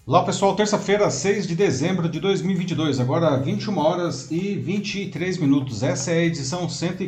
Olá pessoal, terça-feira, 6 de dezembro de 2022, agora 21 horas e 23 minutos. Essa é a edição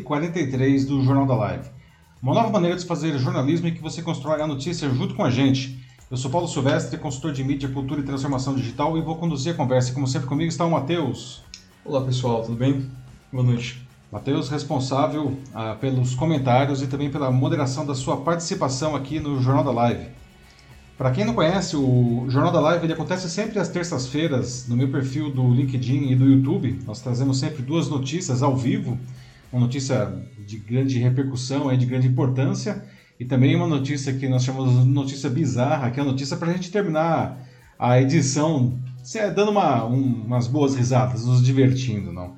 143 do Jornal da Live. Uma nova maneira de fazer jornalismo em que você constrói a notícia junto com a gente. Eu sou Paulo Silvestre, consultor de mídia, cultura e transformação digital e vou conduzir a conversa. Como sempre comigo está o Matheus. Olá pessoal, tudo bem? Boa noite. Matheus, responsável pelos comentários e também pela moderação da sua participação aqui no Jornal da Live. Para quem não conhece, o Jornal da Live ele acontece sempre às terças-feiras no meu perfil do LinkedIn e do YouTube. Nós trazemos sempre duas notícias ao vivo, uma notícia de grande repercussão, de grande importância, e também uma notícia que nós chamamos de notícia bizarra, que é a notícia para a gente terminar a edição dando umas boas risadas, nos divertindo, não?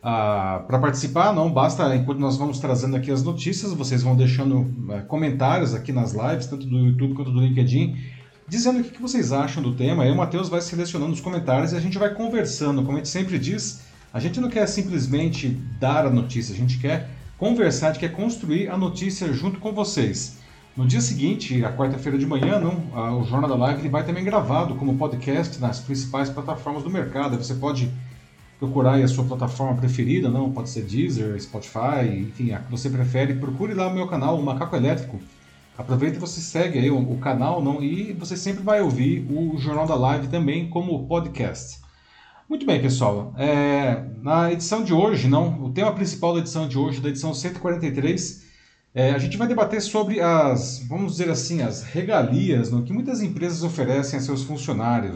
Para participar, não basta, enquanto nós vamos trazendo aqui as notícias, vocês vão deixando comentários aqui nas lives, tanto do YouTube quanto do LinkedIn, dizendo o que vocês acham do tema. Aí o Matheus vai selecionando os comentários e a gente vai conversando. Como a gente sempre diz, a gente não quer simplesmente dar a notícia, a gente quer conversar, a gente quer construir a notícia junto com vocês. No dia seguinte, a quarta-feira de manhã, o Jornal da Live ele vai também gravado como podcast nas principais plataformas do mercado. Você pode procurar aí a sua plataforma preferida, pode ser Deezer, Spotify, enfim, a que você prefere. Procure lá o meu canal, o Macaco Elétrico. Aproveita e você segue aí o canal, e você sempre vai ouvir o Jornal da Live também como podcast. Muito bem, pessoal. Na edição de hoje, o tema principal da edição de hoje, da edição 143, a gente vai debater sobre vamos dizer assim, as regalias que muitas empresas oferecem a seus funcionários.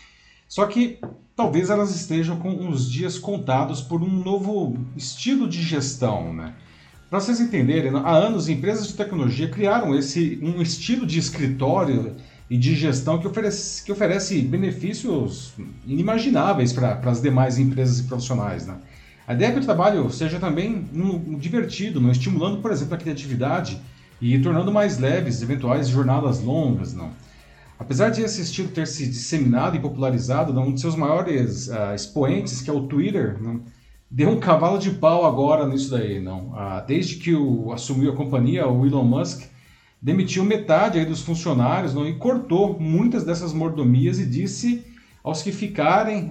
Só que talvez elas estejam com uns dias contados por um novo estilo de gestão. Para vocês entenderem, há anos empresas de tecnologia criaram um estilo de escritório e de gestão que oferece benefícios inimagináveis para as demais empresas e profissionais. A ideia é que o trabalho seja também divertido, estimulando, por exemplo, a criatividade e tornando mais leves eventuais jornadas longas. Apesar de esse estilo ter se disseminado e popularizado, um de seus maiores expoentes, que é o Twitter, deu um cavalo de pau agora nisso daí. Desde que assumiu a companhia, o Elon Musk demitiu metade aí dos funcionários e cortou muitas dessas mordomias e disse aos que ficarem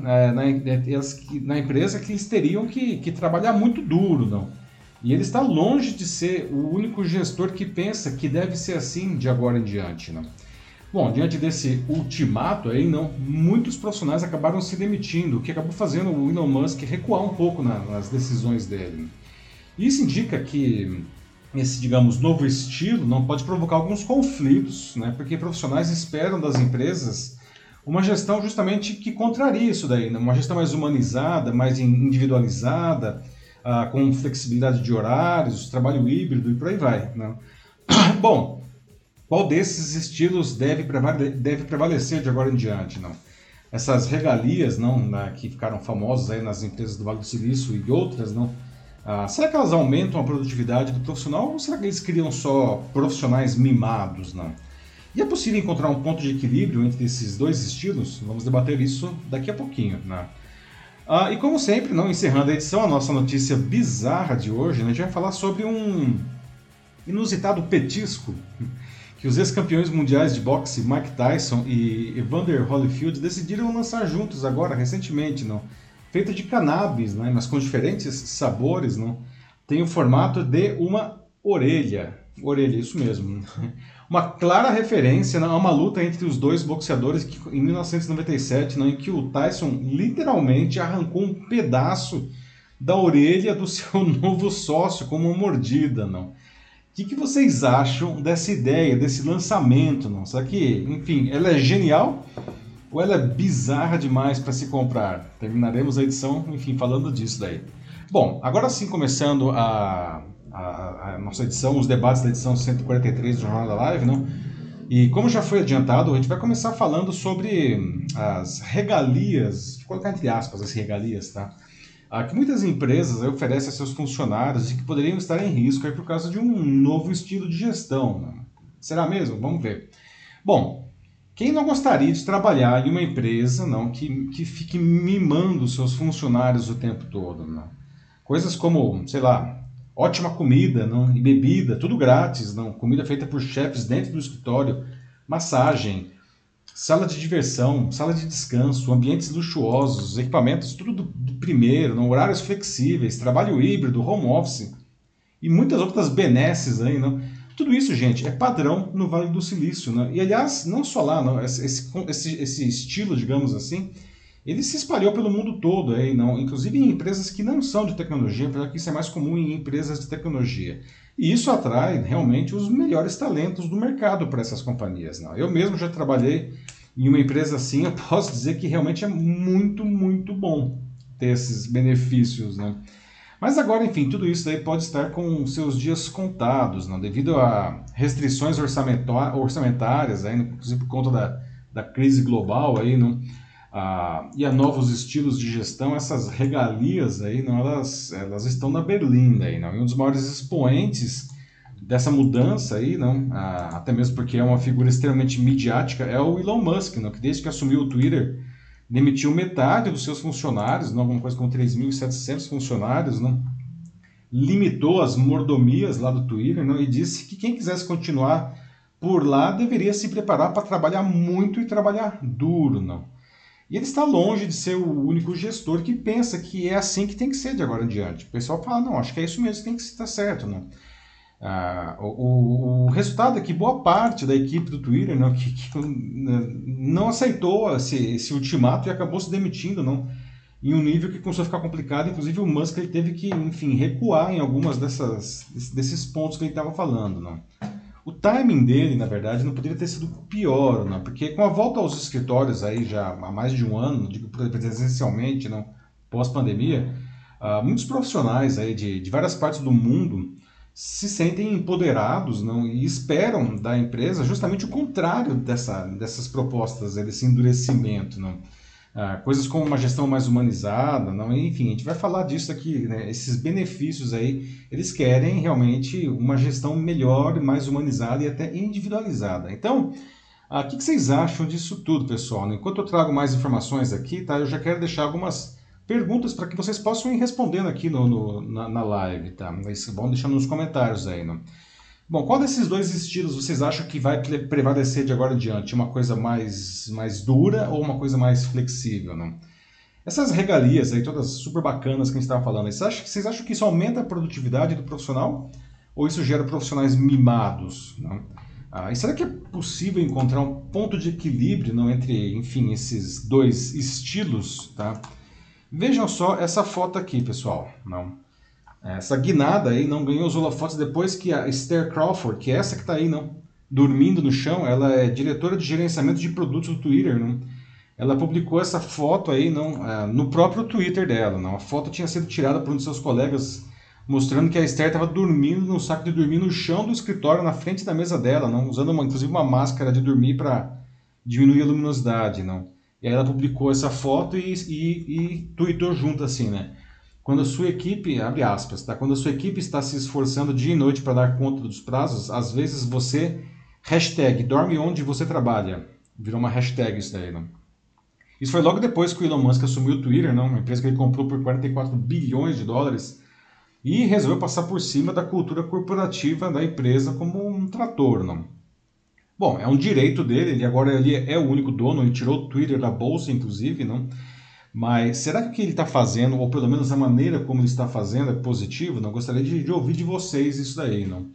na empresa que eles teriam que trabalhar muito duro. E ele está longe de ser o único gestor que pensa que deve ser assim de agora em diante. Bom, diante desse ultimato aí, muitos profissionais acabaram se demitindo, o que acabou fazendo o Elon Musk recuar um pouco nas decisões dele. Isso indica que esse, digamos, novo estilo não pode provocar alguns conflitos, porque profissionais esperam das empresas uma gestão justamente que contraria isso daí, uma gestão mais humanizada, mais individualizada, com flexibilidade de horários, trabalho híbrido e por aí vai. Bom, qual desses estilos deve prevalecer de agora em diante? Essas regalias que ficaram famosas aí nas empresas do Vale do Silício e outras, será que elas aumentam a produtividade do profissional ou será que eles criam só profissionais mimados? E é possível encontrar um ponto de equilíbrio entre esses dois estilos? Vamos debater isso daqui a pouquinho. E como sempre, encerrando a edição, a nossa notícia bizarra de hoje, a gente vai falar sobre um inusitado petisco que os ex-campeões mundiais de boxe Mike Tyson e Evander Holyfield decidiram lançar juntos agora, recentemente, feito de cannabis, mas com diferentes sabores, tem o formato de uma orelha, isso mesmo, uma clara referência a uma luta entre os dois boxeadores em 1997, em que o Tyson literalmente arrancou um pedaço da orelha do seu novo sócio como uma mordida. O que vocês acham dessa ideia, desse lançamento? Será que, enfim, ela é genial ou ela é bizarra demais para se comprar? Terminaremos a edição, enfim, falando disso daí. Bom, agora sim, começando a nossa edição, os debates da edição 143 do Jornal da Live, E como já foi adiantado, a gente vai começar falando sobre as regalias, vou colocar entre aspas as regalias, que muitas empresas oferecem a seus funcionários e que poderiam estar em risco por causa de um novo estilo de gestão. Será mesmo? Vamos ver. Bom, quem não gostaria de trabalhar em uma empresa que fique mimando seus funcionários o tempo todo? Coisas como, sei lá, ótima comida e bebida, tudo grátis, comida feita por chefes dentro do escritório, massagem, sala de diversão, sala de descanso, ambientes luxuosos, equipamentos, tudo do primeiro, não? Horários flexíveis, trabalho híbrido, home office e muitas outras benesses aí, não? Tudo isso, gente, é padrão no Vale do Silício, né? E aliás, não só lá, não, esse estilo, digamos assim, ele se espalhou pelo mundo todo aí, não? Inclusive em empresas que não são de tecnologia, apesar que isso é mais comum em empresas de tecnologia. E isso atrai realmente os melhores talentos do mercado para essas companhias, não? Eu mesmo já trabalhei em uma empresa assim, eu posso dizer que realmente é muito, muito bom ter esses benefícios, né? Mas agora, enfim, tudo isso aí pode estar com seus dias contados, não? Devido a restrições orçamentárias, aí, inclusive por conta da crise global, aí, não? E a novos estilos de gestão, essas regalias aí, não, elas estão na berlinda aí, não? E um dos maiores expoentes dessa mudança aí, não? Até mesmo porque é uma figura extremamente midiática, é o Elon Musk, não? Que desde que assumiu o Twitter demitiu metade dos seus funcionários, não? Alguma coisa como 3.700 funcionários, não? Limitou as mordomias lá do Twitter, não? E disse que quem quisesse continuar por lá deveria se preparar para trabalhar muito e trabalhar duro, não? E ele está longe de ser o único gestor que pensa que é assim que tem que ser de agora em diante. O pessoal fala, não, acho que é isso mesmo que tem que estar certo, não? O resultado é que boa parte da equipe do Twitter não, não aceitou esse ultimato e acabou se demitindo, não? Em um nível que começou a ficar complicado. Inclusive o Musk ele teve que, enfim, recuar em algumas desses pontos que ele estava falando, não? O timing dele, na verdade, não poderia ter sido pior, não? Porque com a volta aos escritórios aí já há mais de um ano, digo presencialmente, não, pós-pandemia, muitos profissionais aí de várias partes do mundo se sentem empoderados, não, e esperam da empresa justamente o contrário dessas propostas, desse endurecimento, não? Coisas como uma gestão mais humanizada, não? Enfim, a gente vai falar disso aqui, né? Esses benefícios aí, eles querem realmente uma gestão melhor, mais humanizada e até individualizada. Então, o que vocês acham disso tudo, pessoal? Enquanto eu trago mais informações aqui, tá? Eu já quero deixar algumas perguntas para que vocês possam ir respondendo aqui na live, tá? Mas vão deixando nos comentários aí, não? Bom, qual desses dois estilos vocês acham que vai prevalecer de agora em diante? Uma coisa mais dura ou uma coisa mais flexível, não? Essas regalias aí, todas super bacanas que a gente estava falando, vocês acham que isso aumenta a produtividade do profissional? Ou isso gera profissionais mimados, não? E será que é possível encontrar um ponto de equilíbrio, não, entre, enfim, esses dois estilos, tá? Vejam só essa foto aqui, pessoal, não? Essa guinada aí não ganhou os holofotes depois que a Esther Crawford, que é essa que está aí, não, dormindo no chão, ela é diretora de gerenciamento de produtos do Twitter, não? Ela publicou essa foto aí, não, no próprio Twitter dela, não? A foto tinha sido tirada por um de seus colegas, mostrando que a Esther estava dormindo no saco de dormir no chão do escritório, na frente da mesa dela, não, usando inclusive uma máscara de dormir para diminuir a luminosidade, não? E aí ela publicou essa foto e tweetou junto assim, né? Quando a sua equipe, abre aspas, tá? Quando a sua equipe está se esforçando dia e noite para dar conta dos prazos, às vezes você, hashtag, dorme onde você trabalha. Virou uma hashtag isso daí, não? Isso foi logo depois que o Elon Musk assumiu o Twitter, não? Uma empresa que ele comprou por 44 bilhões de dólares e resolveu passar por cima da cultura corporativa da empresa como um trator, não? Bom, é um direito dele, ele é o único dono, ele tirou o Twitter da bolsa, inclusive, não? Mas será que o que ele está fazendo, ou pelo menos a maneira como ele está fazendo, é positivo? Não gostaria de ouvir de vocês isso daí, não?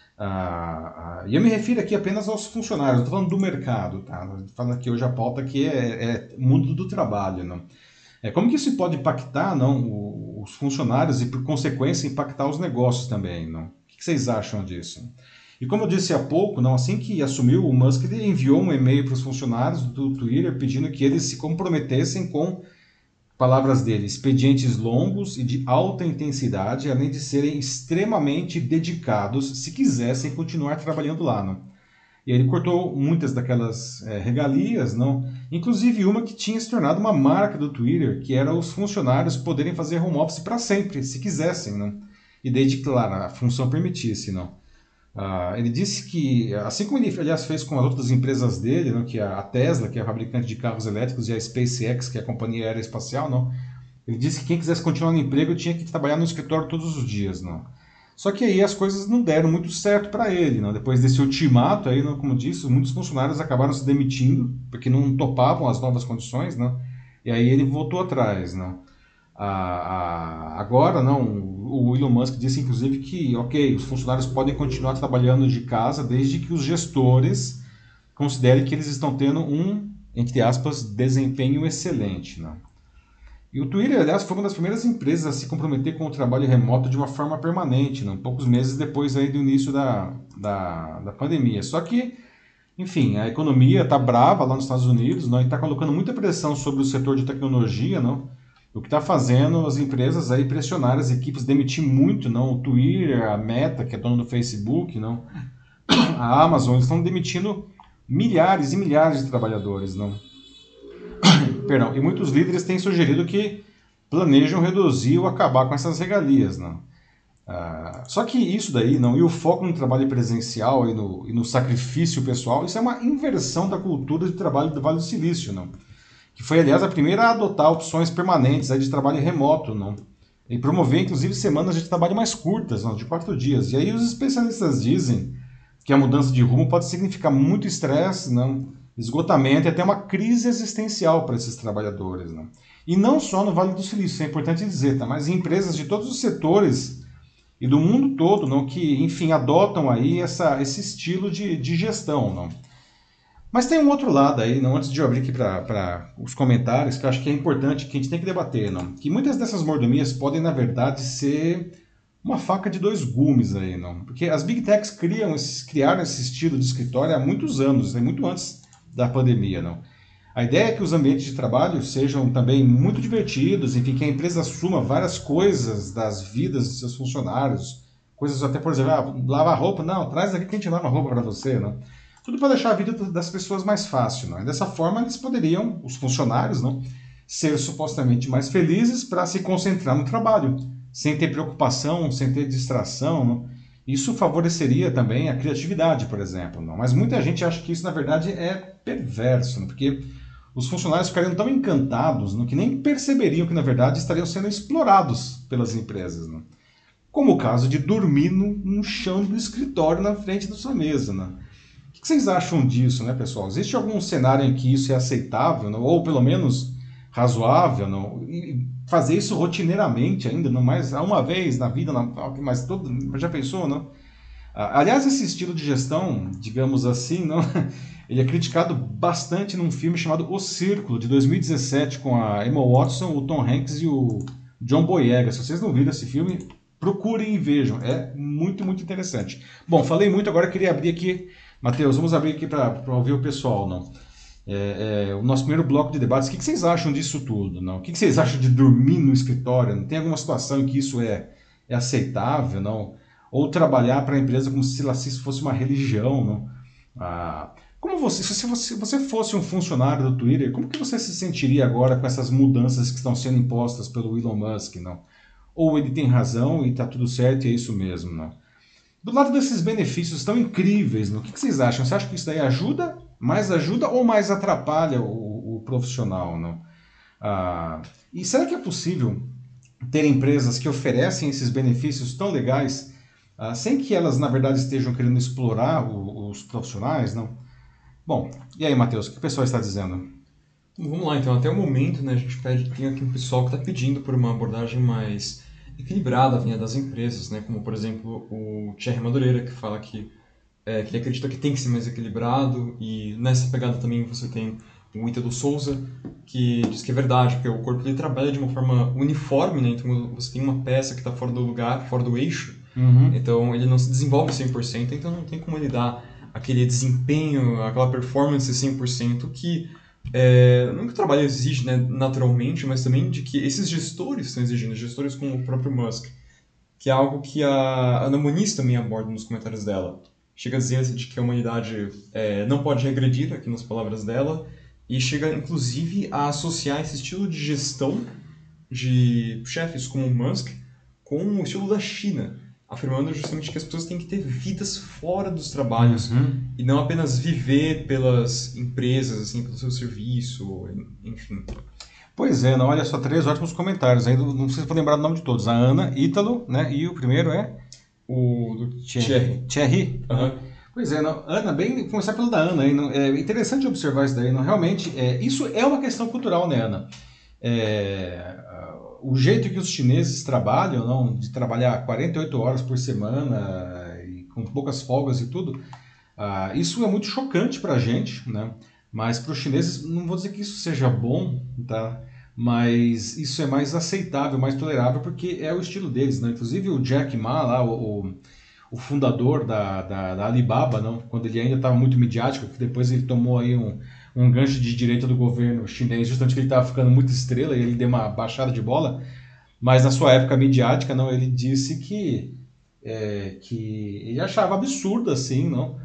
E eu me refiro aqui apenas aos funcionários, estou falando do mercado, tá? Falando aqui hoje a pauta aqui é mundo do trabalho, não? Como que isso pode impactar, não, os funcionários e por consequência impactar os negócios também, não? O que vocês acham disso? E como eu disse há pouco, não, assim que assumiu o Musk, ele enviou um e-mail para os funcionários do Twitter pedindo que eles se comprometessem com, palavras dele, expedientes longos e de alta intensidade, além de serem extremamente dedicados se quisessem continuar trabalhando lá, não? E aí ele cortou muitas daquelas regalias, não? Inclusive uma que tinha se tornado uma marca do Twitter, que era os funcionários poderem fazer home office para sempre, se quisessem, não? E desde que, claro, a função permitisse, não? Ele disse que, assim como ele, aliás, fez com as outras empresas dele, não, que a Tesla, que é a fabricante de carros elétricos, e a SpaceX, que é a companhia aeroespacial, não, ele disse que quem quisesse continuar no emprego tinha que trabalhar no escritório todos os dias. Não. Só que aí as coisas não deram muito certo para ele, não? Depois desse ultimato, aí, não, como disse, muitos funcionários acabaram se demitindo, porque não topavam as novas condições, não? E aí ele voltou atrás, não? Agora, não, o Elon Musk disse inclusive que, ok, os funcionários podem continuar trabalhando de casa desde que os gestores considerem que eles estão tendo um, entre aspas, desempenho excelente, não? E o Twitter, aliás, foi uma das primeiras empresas a se comprometer com o trabalho remoto de uma forma permanente, não? Poucos meses depois aí do início da pandemia. Só que, enfim, a economia está brava lá nos Estados Unidos, não? E está colocando muita pressão sobre o setor de tecnologia, não? O que está fazendo as empresas aí pressionar as equipes, demitir muito, não? O Twitter, a Meta, que é dona do Facebook, não? A Amazon, eles estão demitindo milhares e milhares de trabalhadores, não? Perdão, e muitos líderes têm sugerido que planejam reduzir ou acabar com essas regalias, não? Só que isso daí, não, e o foco no trabalho presencial e no sacrifício pessoal, isso é uma inversão da cultura de trabalho do Vale do Silício, não? Que foi, aliás, a primeira a adotar opções permanentes aí de trabalho remoto, não? E promover, inclusive, semanas de trabalho mais curtas, não, de 4 dias. E aí os especialistas dizem que a mudança de rumo pode significar muito estresse, não, esgotamento e até uma crise existencial para esses trabalhadores, não? E não só no Vale do Silício, é importante dizer, tá? Mas em empresas de todos os setores e do mundo todo, não, que, enfim, adotam aí esse estilo de gestão, não? Mas tem um outro lado aí, não, antes de eu abrir aqui para os comentários, que eu acho que é importante, que a gente tem que debater, não? Que muitas dessas mordomias podem, na verdade, ser uma faca de dois gumes aí, não? Porque as Big Techs criaram esse estilo de escritório há muitos anos, né? Muito antes da pandemia, não? A ideia é que os ambientes de trabalho sejam também muito divertidos, enfim, que a empresa assuma várias coisas das vidas de seus funcionários, coisas até, por exemplo, lavar roupa, não, traz aqui que a gente lava roupa para você, não? Tudo para deixar a vida das pessoas mais fácil, não? E dessa forma eles poderiam, os funcionários, não, ser supostamente mais felizes para se concentrar no trabalho, sem ter preocupação, sem ter distração, não? Isso favoreceria também a criatividade, por exemplo, não? Mas muita gente acha que isso, na verdade, é perverso, não? Porque os funcionários ficariam tão encantados, não, que nem perceberiam que, na verdade, estariam sendo explorados pelas empresas, não? Como o caso de dormir no chão do escritório na frente da sua mesa, não? O que vocês acham disso, né, pessoal? Existe algum cenário em que isso é aceitável, não? Ou pelo menos razoável, não? E fazer isso rotineiramente ainda, não mais uma vez na vida, mas já pensou, não? Aliás, esse estilo de gestão, digamos assim, não, ele é criticado bastante num filme chamado O Círculo, de 2017, com a Emma Watson, o Tom Hanks e o John Boyega. Se vocês não viram esse filme, procurem e vejam. É muito, muito interessante. Bom, falei muito, agora eu queria abrir aqui. Matheus, vamos abrir aqui para ouvir o pessoal, não? O nosso primeiro bloco de debates. O que vocês acham disso tudo, não? O que vocês acham de dormir no escritório? Não tem alguma situação em que isso é aceitável, não? Ou trabalhar para a empresa como se isso fosse uma religião, não? Como se você fosse um funcionário do Twitter, como que você se sentiria agora com essas mudanças que estão sendo impostas pelo Elon Musk, não? Ou ele tem razão e está tudo certo e é isso mesmo, não? Do lado desses benefícios tão incríveis, não? O que vocês acham? Você acha que isso daí mais ajuda ou mais atrapalha o profissional, não? E será que é possível ter empresas que oferecem esses benefícios tão legais sem que elas, na verdade, estejam querendo explorar os profissionais, não? Bom, e aí, Matheus, o que o pessoal está dizendo? Vamos lá, então. Até o momento, né, a gente tem aqui um pessoal que está pedindo por uma abordagem mais equilibrada vinha das empresas, né, como, por exemplo, o Thierry Madureira, que fala que ele acredita que tem que ser mais equilibrado, e nessa pegada também você tem o Ítalo Souza, que diz que é verdade, porque o corpo ele trabalha de uma forma uniforme, né, então você tem uma peça que está fora do lugar, fora do eixo, então ele não se desenvolve 100%, então não tem como ele dar aquele desempenho, aquela performance 100% que não que o trabalho exige, né, naturalmente, mas também de que esses gestores estão exigindo, gestores como o próprio Musk, que é algo que a Ana Muniz também aborda nos comentários dela. Chega a dizer de que a humanidade não pode regredir, aqui nas palavras dela, e chega inclusive a associar esse estilo de gestão de chefes como o Musk com o estilo da China, afirmando justamente que as pessoas têm que ter vidas fora dos trabalhos e não apenas viver pelas empresas, assim, pelo seu serviço, enfim. Pois é, não, olha só, 3 ótimos comentários. Ainda não sei se vou lembrar o nome de todos. A Ana, Ítalo, né? E o primeiro é O do Thierry. Thierry? Aham. Pois é, não, Ana, bem, começar pelo da Ana, aí, não, é interessante observar isso daí, não, realmente, isso é uma questão cultural, né, Ana? O jeito que os chineses trabalham, não, de trabalhar 48 horas por semana e com poucas folgas e tudo, isso é muito chocante para a gente, né? Mas para os chineses, não vou dizer que isso seja bom, tá? Mas isso é mais aceitável, mais tolerável, porque é o estilo deles, né? Inclusive o Jack Ma, lá, o fundador da Alibaba, não? Quando ele ainda estava muito midiático, que depois ele tomou aí um gancho de direita do governo chinês, justamente que ele estava ficando muito estrela e ele deu uma baixada de bola, mas na sua época midiática, não, ele disse que ele achava absurdo assim, não,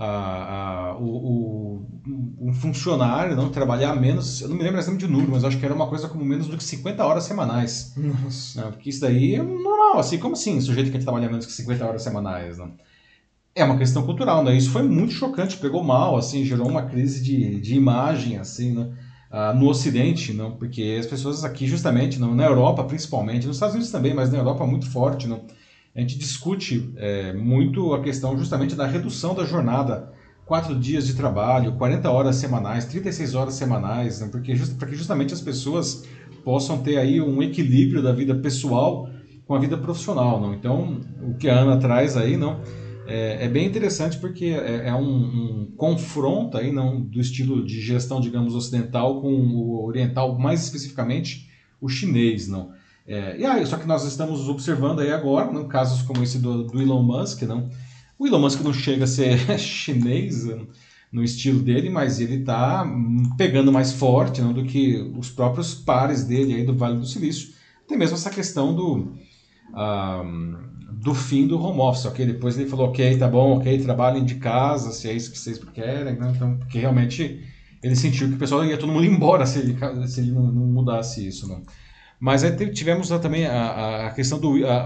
um funcionário não trabalhar menos, eu não me lembro exatamente de número, mas acho que era uma coisa como menos do que 50 horas semanais. Nossa. Não, porque isso daí é normal, assim, como assim, sujeito que trabalha menos que 50 horas semanais, não? É uma questão cultural, né? Isso foi muito chocante, pegou mal, assim, gerou uma crise de imagem, assim, né? No Ocidente, não? Porque as pessoas aqui, justamente, não, na Europa principalmente, nos Estados Unidos também, mas na Europa muito forte, não? A gente discute muito a questão justamente da redução da jornada, 4 dias de trabalho, 40 horas semanais, 36 horas semanais, né? Porque para que justamente as pessoas possam ter aí um equilíbrio da vida pessoal com a vida profissional, não? Então, o que a Ana traz aí, não? É bem interessante porque é um confronto aí, não, do estilo de gestão, digamos, ocidental com o oriental, mais especificamente o chinês, não. Só que nós estamos observando aí agora, não, casos como esse do Elon Musk, não. O Elon Musk não chega a ser chinês no estilo dele, mas ele está pegando mais forte, não, do que os próprios pares dele aí do Vale do Silício. Tem mesmo essa questão ah, do fim do home office, ok? Depois ele falou, ok, tá bom, ok, trabalhem de casa, se é isso que vocês querem, né? Então, porque realmente ele sentiu que o pessoal ia todo mundo embora se ele não mudasse isso, né? Mas aí tivemos lá também a questão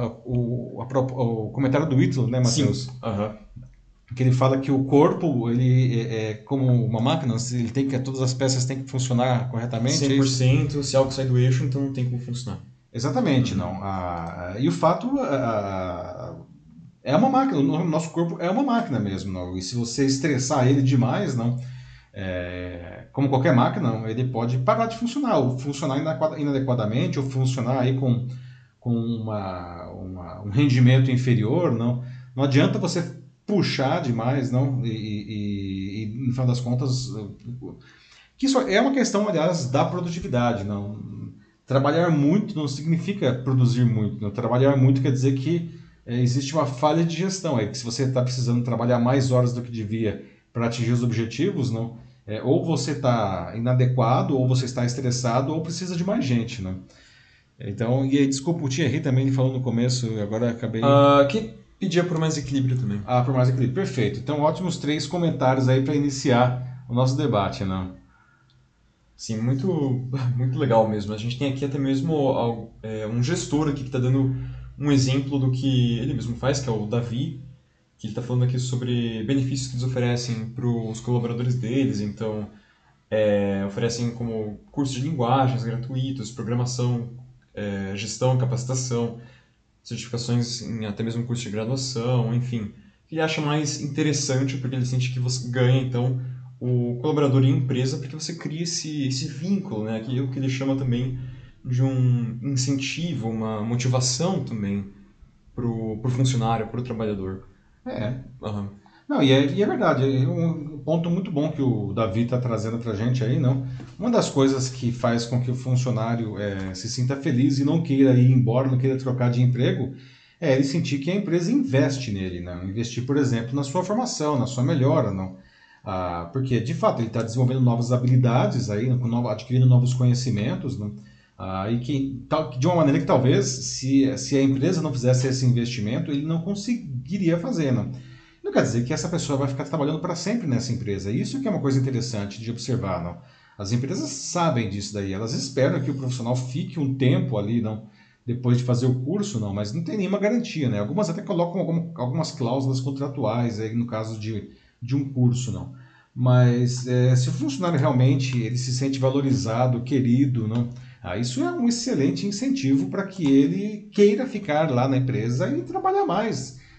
o comentário do Whitlow, né, Sim. Matheus? Aham. Que ele fala que o corpo, ele é como uma máquina, ele tem que, todas as peças têm que funcionar corretamente, é isso? 100%, se algo sai do eixo, então não tem como funcionar. Exatamente, não. E o fato é uma máquina, o nosso corpo é uma máquina mesmo, não. E se você estressar ele demais, não, como qualquer máquina, não, ele pode parar de funcionar, ou funcionar inadequadamente, ou funcionar aí com um rendimento inferior, não. Não adianta você puxar demais, não, e no final das contas, que isso é uma questão, aliás, da produtividade, não. Trabalhar muito não significa produzir muito. Não. Trabalhar muito quer dizer que existe uma falha de gestão. Que se você está precisando trabalhar mais horas do que devia para atingir os objetivos, não, ou você está inadequado, ou você está estressado, ou precisa de mais gente. Não. Então, e aí, desculpa, o Thierry também ele falou no começo, agora acabei... Que pedia por mais equilíbrio também. por mais equilíbrio. Perfeito. Então, ótimos 3 comentários aí para iniciar o nosso debate, não? Sim, muito, muito legal mesmo. A gente tem aqui até mesmo um gestor aqui que está dando um exemplo do que ele mesmo faz, que é o Davi, que ele está falando aqui sobre benefícios que eles oferecem para os colaboradores deles. Então, oferecem como cursos de linguagens gratuitos, programação, gestão, capacitação, certificações em até mesmo curso de graduação, enfim. Ele acha mais interessante porque ele sente que você ganha, então, o colaborador e a empresa, porque você cria esse vínculo, né? Que é o que ele chama também de um incentivo, uma motivação também pro funcionário, pro trabalhador. Uhum. Não, e é verdade, é um ponto muito bom que o Davi está trazendo para a gente aí, não? Uma das coisas que faz com que o funcionário se sinta feliz e não queira ir embora, não queira trocar de emprego, é ele sentir que a empresa investe nele, não? Investir, por exemplo, na sua formação, na sua melhora, não? Porque, de fato, ele está desenvolvendo novas habilidades aí, adquirindo novos conhecimentos, não? E que, de uma maneira que talvez, se a empresa não fizesse esse investimento, ele não conseguiria fazer, não? Não quer dizer que essa pessoa vai ficar trabalhando para sempre nessa empresa. Isso que é uma coisa interessante de observar, não? As empresas sabem disso daí, elas esperam que o profissional fique um tempo ali, não? Depois de fazer o curso, não, mas não tem nenhuma garantia, né? Algumas até colocam algumas cláusulas contratuais aí no caso de um curso, não. Mas se o funcionário realmente ele se sente valorizado, querido, não, isso é um excelente incentivo para que ele queira ficar lá na empresa e trabalhar mais.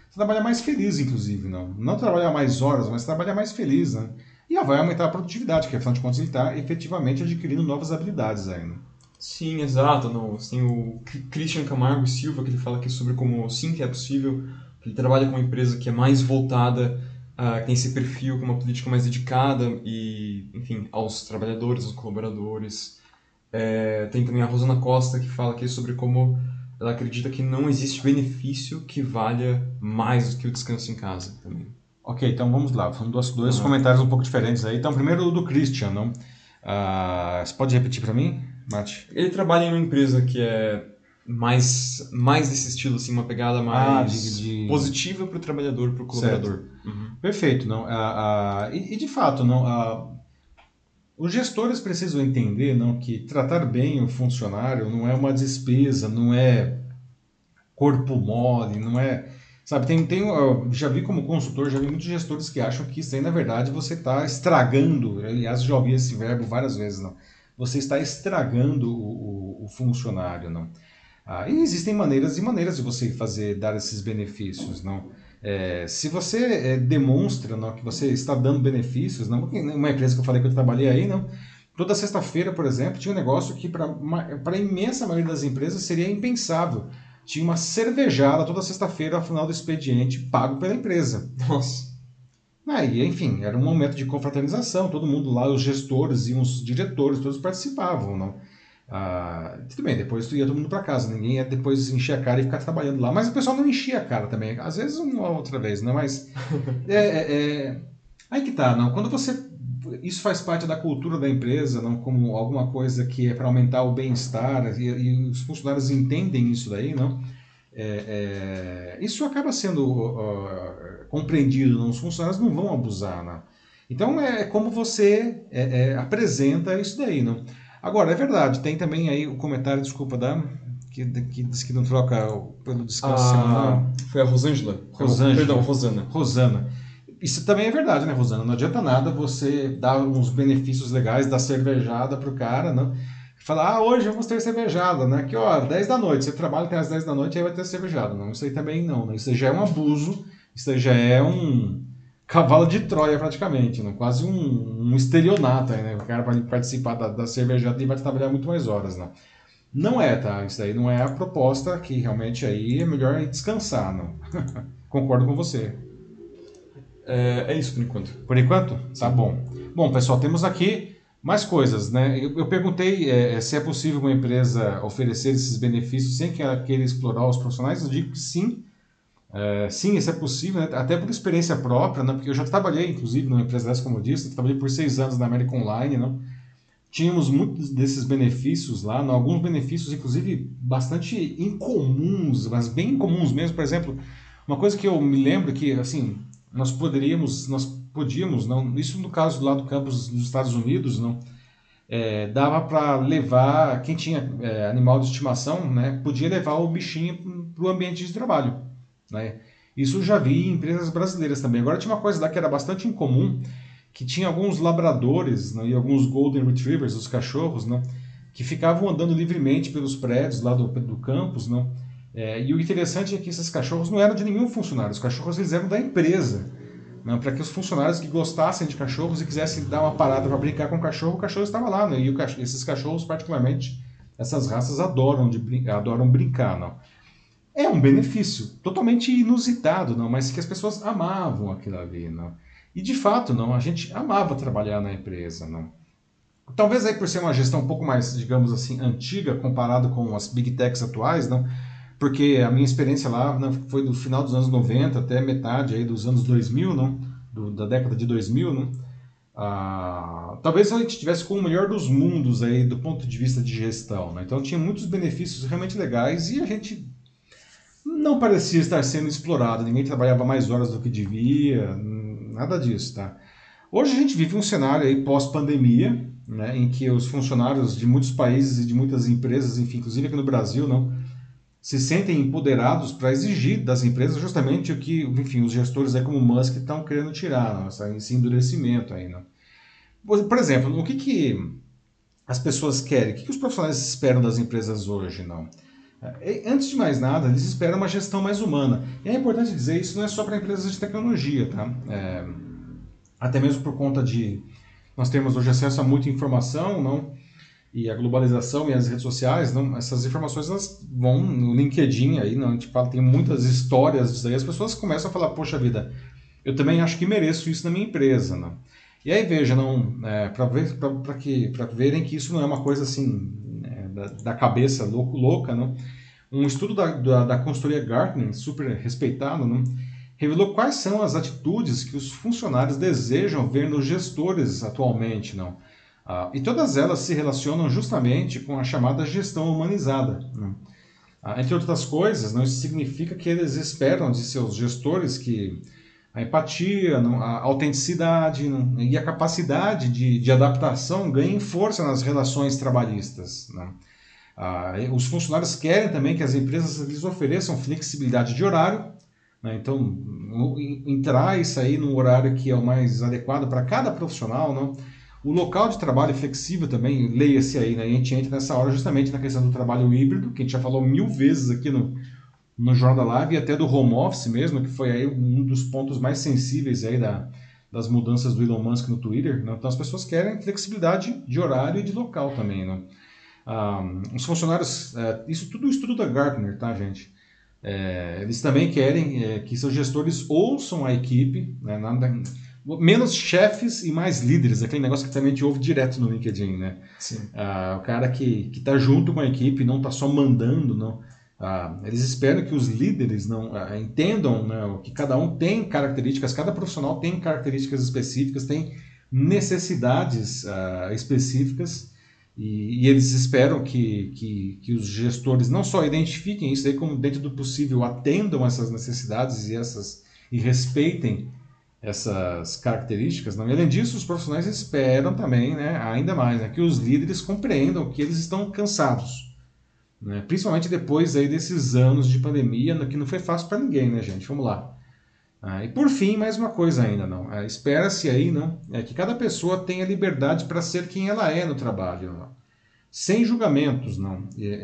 você trabalha mais feliz, inclusive, não trabalhar mais horas, mas trabalhar mais feliz, né? E vai aumentar a produtividade, porque afinal de contas ele está efetivamente adquirindo novas habilidades ainda. Sim, exato. Não, tem o Christian Camargo Silva, que ele fala aqui sobre como sim que é possível. Ele trabalha com uma empresa que é mais voltada, que tem esse perfil com uma política mais dedicada e, enfim, aos trabalhadores, aos colaboradores. Tem também a Rosana Costa, que fala aqui sobre como ela acredita que não existe benefício que valha mais do que o descanso em casa também. Ok, então vamos lá. São dois comentários um pouco diferentes aí. Então, primeiro o do Christian, não? Você pode repetir para mim, Mate? Ele trabalha em uma empresa que é mais desse estilo, assim, uma pegada mais positiva para o trabalhador, para o colaborador. Uhum. Perfeito, não? E de fato, não? Os gestores precisam entender, não, que tratar bem o funcionário não é uma despesa, não é corpo mole, não é. Sabe, eu já vi como consultor, já vi muitos gestores que acham que isso aí, na verdade, você está estragando. Aliás, já ouvi esse verbo várias vezes, não. Você está estragando o funcionário, não. E existem maneiras e maneiras de você dar esses benefícios, não. Se você demonstra, não, que você está dando benefícios, não, uma empresa que eu falei que eu trabalhei aí, não. Toda sexta-feira, por exemplo, tinha um negócio que para a imensa maioria das empresas seria impensável. Tinha uma cervejada toda sexta-feira ao final do expediente, pago pela empresa. Nossa. E, enfim, era um momento de confraternização, todo mundo lá, os gestores e os diretores, todos participavam, não? Tudo bem, depois tu ia todo mundo para casa, ninguém ia depois encher a cara e ficar trabalhando lá, mas o pessoal não enchia a cara também, às vezes uma outra vez, né? Mas aí que tá, não? Quando você isso faz parte da cultura da empresa, não como alguma coisa que é para aumentar o bem-estar e os funcionários entendem isso daí, não? Isso acaba sendo compreendido, não? Os funcionários não vão abusar, não? Então é como você apresenta isso daí, não? Agora, é verdade, tem também aí o comentário, desculpa, que diz que não troca pelo descanso semanal. Foi a Rosângela. Perdão, Rosana. Rosana. Isso também é verdade, né, Rosana? Não adianta nada você dar uns benefícios legais, dar cervejada pro cara, né? Falar, hoje vamos ter cervejada, né? Que, 10 da noite, você trabalha até às 10 da noite, aí vai ter cervejada. Não, isso aí também não, né? Isso aí já é um abuso, isso aí já é um cavalo de Troia, praticamente, né? Quase um estelionato aí, né? O cara vai participar da cervejada e vai trabalhar muito mais horas, né? Não é, tá? Isso aí não é a proposta, que realmente aí é melhor descansar, não? Concordo com você. É isso por enquanto. Por enquanto? Tá bom. Bom, pessoal, temos aqui mais coisas, né? Eu perguntei se é possível uma empresa oferecer esses benefícios sem que ela queira explorar os profissionais. Eu digo que sim. Sim, isso é possível, né? Até por experiência própria, né? Porque eu já trabalhei, inclusive, numa empresa dessa, como eu disse, trabalhei por 6 anos na América Online, né? Tínhamos muitos desses benefícios lá, né? Alguns benefícios, inclusive, bastante incomuns, mas bem incomuns mesmo. Por exemplo, uma coisa que eu me lembro que, assim, nós podíamos, não, isso no caso lá do campus dos Estados Unidos, não, dava para levar, quem tinha animal de estimação, né, podia levar o bichinho para o ambiente de trabalho, né. Isso eu já vi em empresas brasileiras também. Agora tinha uma coisa lá que era bastante incomum, que tinha alguns labradores, né, e alguns golden retrievers, os cachorros, né, que ficavam andando livremente pelos prédios lá do campus, né. E o interessante é que esses cachorros não eram de nenhum funcionário, os cachorros eles eram da empresa, né, para que os funcionários que gostassem de cachorros e quisessem dar uma parada para brincar com o cachorro estava lá, né, e esses cachorros, particularmente, essas raças adoram brincar. Não. É um benefício totalmente inusitado, não, mas que as pessoas amavam aquilo ali. Não. E de fato, não, a gente amava trabalhar na empresa. Não. Talvez aí por ser uma gestão um pouco mais, digamos assim, antiga comparado com as big techs atuais, não, porque a minha experiência lá, né, foi do final dos anos 90 até metade aí dos anos 2000, não, da década de 2000, não. Talvez a gente estivesse com o melhor dos mundos aí do ponto de vista de gestão, né? Então tinha muitos benefícios realmente legais e a gente não parecia estar sendo explorado, ninguém trabalhava mais horas do que devia, nada disso, tá? Hoje a gente vive um cenário aí pós-pandemia, né, em que os funcionários de muitos países e de muitas empresas, enfim, inclusive aqui no Brasil, não, se sentem empoderados para exigir das empresas justamente o que, enfim, os gestores aí como o Musk estão querendo tirar, não, esse endurecimento aí, não. Por exemplo, o que as pessoas querem? O que os profissionais esperam das empresas hoje, não? Antes de mais nada, eles esperam uma gestão mais humana. E é importante dizer, isso não é só para empresas de tecnologia, tá? Até mesmo por conta de nós temos hoje acesso a muita informação, não? E a globalização e as redes sociais, não? Essas informações elas vão no LinkedIn, aí, não? A gente fala, tem muitas histórias disso aí, as pessoas começam a falar, poxa vida, eu também acho que mereço isso na minha empresa, não? E aí veja, não, para verem que isso não é uma coisa assim da cabeça louca, não? Um estudo da consultoria Gartner, super respeitado, não? Revelou quais são as atitudes que os funcionários desejam ver nos gestores atualmente, não? E todas elas se relacionam justamente com a chamada gestão humanizada, não? Entre outras coisas, não, isso significa que eles esperam de seus gestores que a empatia, a autenticidade e a capacidade de adaptação ganhem força nas relações trabalhistas, não? Os funcionários querem também que as empresas lhes ofereçam flexibilidade de horário, né? Então, entrar isso aí no horário que é o mais adequado para cada profissional, não? O local de trabalho flexível também, leia-se aí, né? A gente entra nessa hora justamente na questão do trabalho híbrido, que a gente já falou 1000 vezes aqui no Jornal da Live, e até do home office mesmo, que foi aí um dos pontos mais sensíveis aí das mudanças do Elon Musk no Twitter, né? Então as pessoas querem flexibilidade de horário e de local também, né? Os funcionários, isso tudo é estudo da Gartner, tá, gente? Eles também querem que seus gestores ouçam a equipe, né, menos chefes e mais líderes, aquele negócio que também a gente ouve direto no LinkedIn, né? Sim. O cara que está junto com a equipe, não está só mandando, não. Eles esperam que os líderes não entendam, né, que cada um tem características, cada profissional tem características específicas, tem necessidades específicas, e eles esperam que os gestores não só identifiquem isso aí, como dentro do possível atendam essas necessidades e respeitem essas características. Não? E além disso, os profissionais esperam também, né, ainda mais, né, que os líderes compreendam que eles estão cansados, né, principalmente depois aí desses anos de pandemia, que não foi fácil para ninguém, né, gente? Vamos lá. E por fim, mais uma coisa ainda, não. Espera-se aí, não, que cada pessoa tenha liberdade para ser quem ela é no trabalho, não? Sem julgamentos, não.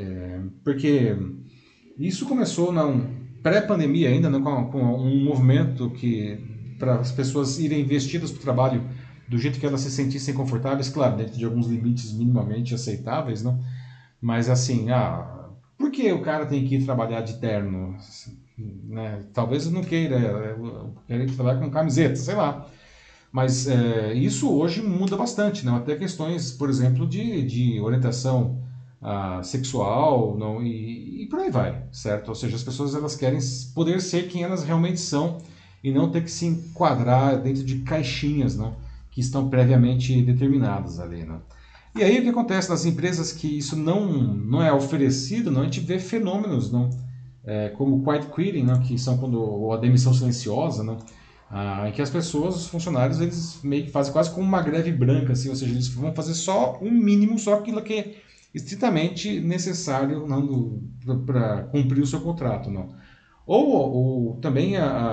Porque isso começou na pré-pandemia ainda, né, com um movimento que para as pessoas irem vestidas para o trabalho do jeito que elas se sentissem confortáveis, claro, dentro de alguns limites minimamente aceitáveis, não? Mas assim, por que o cara tem que ir trabalhar de terno? Né? Talvez eu não queira, eu quero ir trabalhar com camiseta, sei lá. Mas isso hoje muda bastante, né? Até questões, por exemplo, de orientação sexual, não, e por aí vai, certo? Ou seja, as pessoas elas querem poder ser quem elas realmente são e não ter que se enquadrar dentro de caixinhas, não, que estão previamente determinadas ali, né? E aí o que acontece nas empresas que isso não é oferecido, não, a gente vê fenômenos, não, como o quiet quitting, não, que são ou a demissão silenciosa, não, em que as pessoas, os funcionários, eles meio que fazem quase como uma greve branca, assim, ou seja, eles vão fazer só um mínimo, só aquilo que é estritamente necessário para cumprir o seu contrato, não. Ou também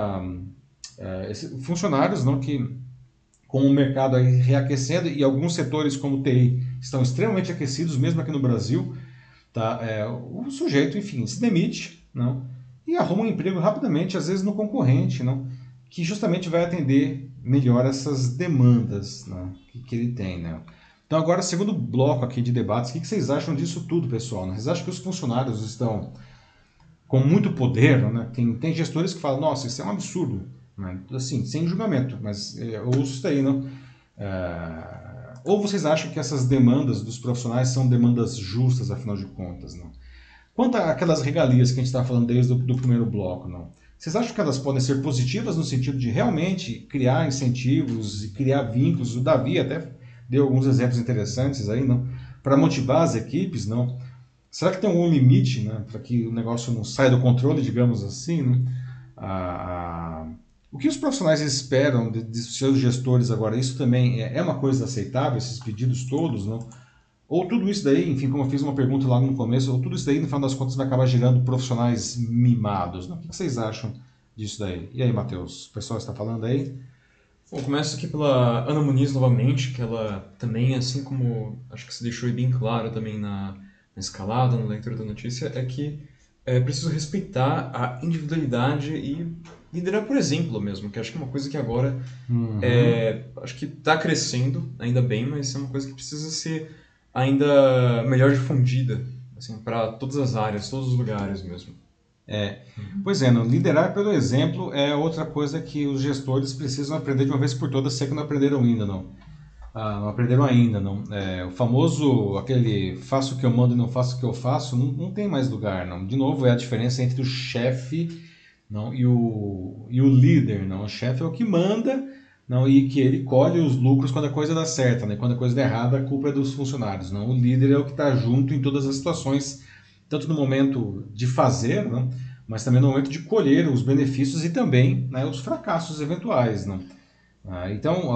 funcionários, não, que com o mercado aí reaquecendo e alguns setores como o TI estão extremamente aquecidos, mesmo aqui no Brasil, tá? O sujeito, enfim, se demite, não, e arruma um emprego rapidamente, às vezes no concorrente, não, que justamente vai atender melhor essas demandas, né, que ele tem, né? Então agora, segundo bloco aqui de debates, o que vocês acham disso tudo, pessoal? Vocês acham que os funcionários estão com muito poder, né? Tem gestores que falam, nossa, isso é um absurdo, né? Assim, sem julgamento, mas eu ouço isso aí, não? Ou vocês acham que essas demandas dos profissionais são demandas justas, afinal de contas, não? Quanto àquelas regalias que a gente está falando desde o primeiro bloco, não? Vocês acham que elas podem ser positivas no sentido de realmente criar incentivos e criar vínculos? O Davi até deu alguns exemplos interessantes aí, não? Para motivar as equipes, não? Será que tem algum limite, né, para que o negócio não saia do controle, digamos assim, né? O que os profissionais esperam de seus gestores agora? Isso também é uma coisa aceitável, esses pedidos todos, não? Ou tudo isso daí, enfim, como eu fiz uma pergunta lá no começo, ou tudo isso daí, no final das contas, vai acabar gerando profissionais mimados, né? O que vocês acham disso daí? E aí, Matheus, o pessoal está falando aí? Bom, começo aqui pela Ana Muniz novamente, que ela também, assim como acho que se deixou bem claro também na escalada, na leitura da notícia, é que É preciso respeitar a individualidade e liderar por exemplo mesmo, que acho que é uma coisa que agora Uhum. acho que está crescendo, ainda bem, mas é uma coisa que precisa ser ainda melhor difundida, assim, para todas as áreas, todos os lugares mesmo. É. Pois é, não, liderar pelo exemplo é outra coisa que os gestores precisam aprender de uma vez por todas, se é que não aprenderam ainda, não. Não aprenderam ainda, não. O famoso, aquele faço o que eu mando e não faço o que eu faço, não tem mais lugar, não. De novo, é a diferença entre o chefe não, e o líder, não. O chefe é o que manda, não, e que ele colhe os lucros quando a coisa dá certo, né? Quando a coisa dá errada, a culpa é dos funcionários, não. O líder é o que está junto em todas as situações, tanto no momento de fazer, não, mas também no momento de colher os benefícios e também, né, os fracassos eventuais, não. Então,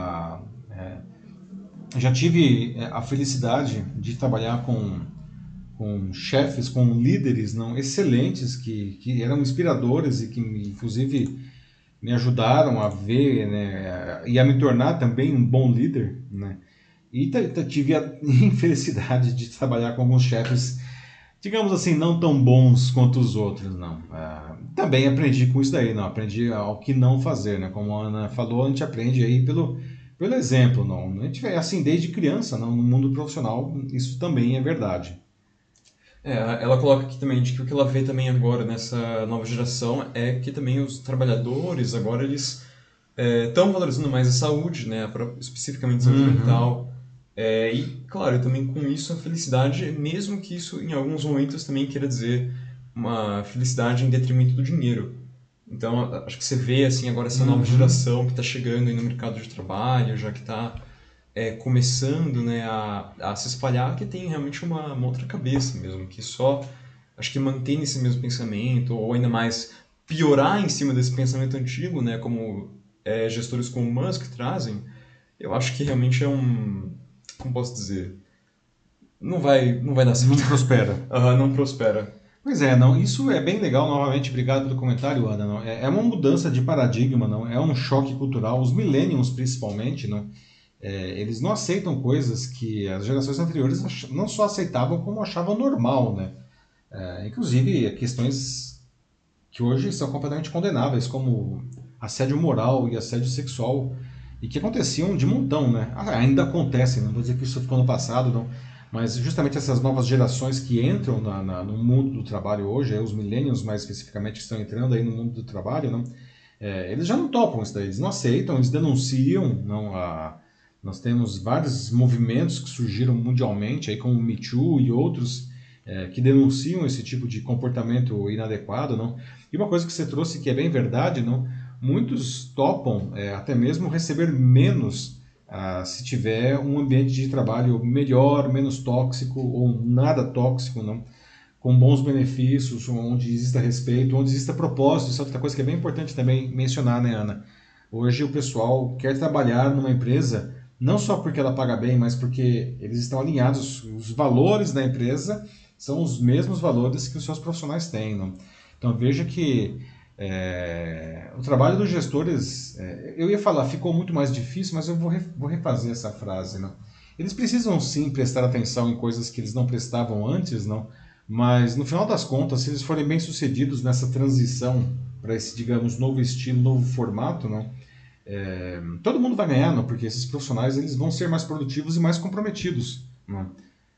já tive a felicidade de trabalhar com chefes, com líderes não excelentes que eram inspiradores e que inclusive me ajudaram a ver, né, e a me tornar também um bom líder, né? E tive a infelicidade de trabalhar com alguns chefes, digamos assim, não tão bons quanto os outros, não. Também aprendi com isso daí, não. Aprendi ao que não fazer, né? Como a Ana falou, a gente aprende aí pelo exemplo, não. A gente é assim desde criança, não. No mundo profissional, isso também é verdade. Ela coloca aqui também de que o que ela vê também agora nessa nova geração é que também os trabalhadores agora eles estão valorizando mais a saúde, né, especificamente saúde Uhum. mental. E, claro, também com isso a felicidade, mesmo que isso em alguns momentos também queira dizer uma felicidade em detrimento do dinheiro. Então, acho que você vê assim agora essa nova Uhum. geração que está chegando aí no mercado de trabalho, já que está começando, né, a se espalhar, que tem realmente uma outra cabeça mesmo, que só acho que mantém esse mesmo pensamento, ou ainda mais piorar em cima desse pensamento antigo, né, como gestores como o Musk trazem, eu acho que realmente é como posso dizer, não vai dar certo. Não prospera. Não prospera. Pois é, não, isso é bem legal, novamente, obrigado pelo comentário, Ana. Não, é uma mudança de paradigma, não, é um choque cultural, os millennials principalmente, não, eles não aceitam coisas que as gerações anteriores não só aceitavam, como achavam normal, né? Inclusive questões que hoje são completamente condenáveis, como assédio moral e assédio sexual, e que aconteciam de montão, né? Ainda acontecem, não vou dizer que isso ficou no passado, não, mas justamente essas novas gerações que entram no mundo do trabalho hoje, os millennials mais especificamente que estão entrando aí no mundo do trabalho, não, eles já não topam isso daí, eles não aceitam, eles denunciam, não, nós temos vários movimentos que surgiram mundialmente, aí como o Me Too e outros, que denunciam esse tipo de comportamento inadequado, não? E uma coisa que você trouxe que é bem verdade, não? Muitos topam até mesmo receber menos se tiver um ambiente de trabalho melhor, menos tóxico ou nada tóxico, não? Com bons benefícios, onde exista respeito, onde exista propósito. Isso é outra coisa que é bem importante também mencionar, né, Ana? Hoje o pessoal quer trabalhar numa empresa não só porque ela paga bem, mas porque eles estão alinhados, os valores da empresa são os mesmos valores que os seus profissionais têm. Não? Então veja que o trabalho dos gestores, eu ia falar, ficou muito mais difícil, mas eu vou refazer essa frase. Não? Eles precisam sim prestar atenção em coisas que eles não prestavam antes, não? Mas no final das contas, se eles forem bem sucedidos nessa transição para esse, digamos, novo estilo, novo formato, não? Todo mundo vai ganhar, não? Porque esses profissionais eles vão ser mais produtivos e mais comprometidos. Não?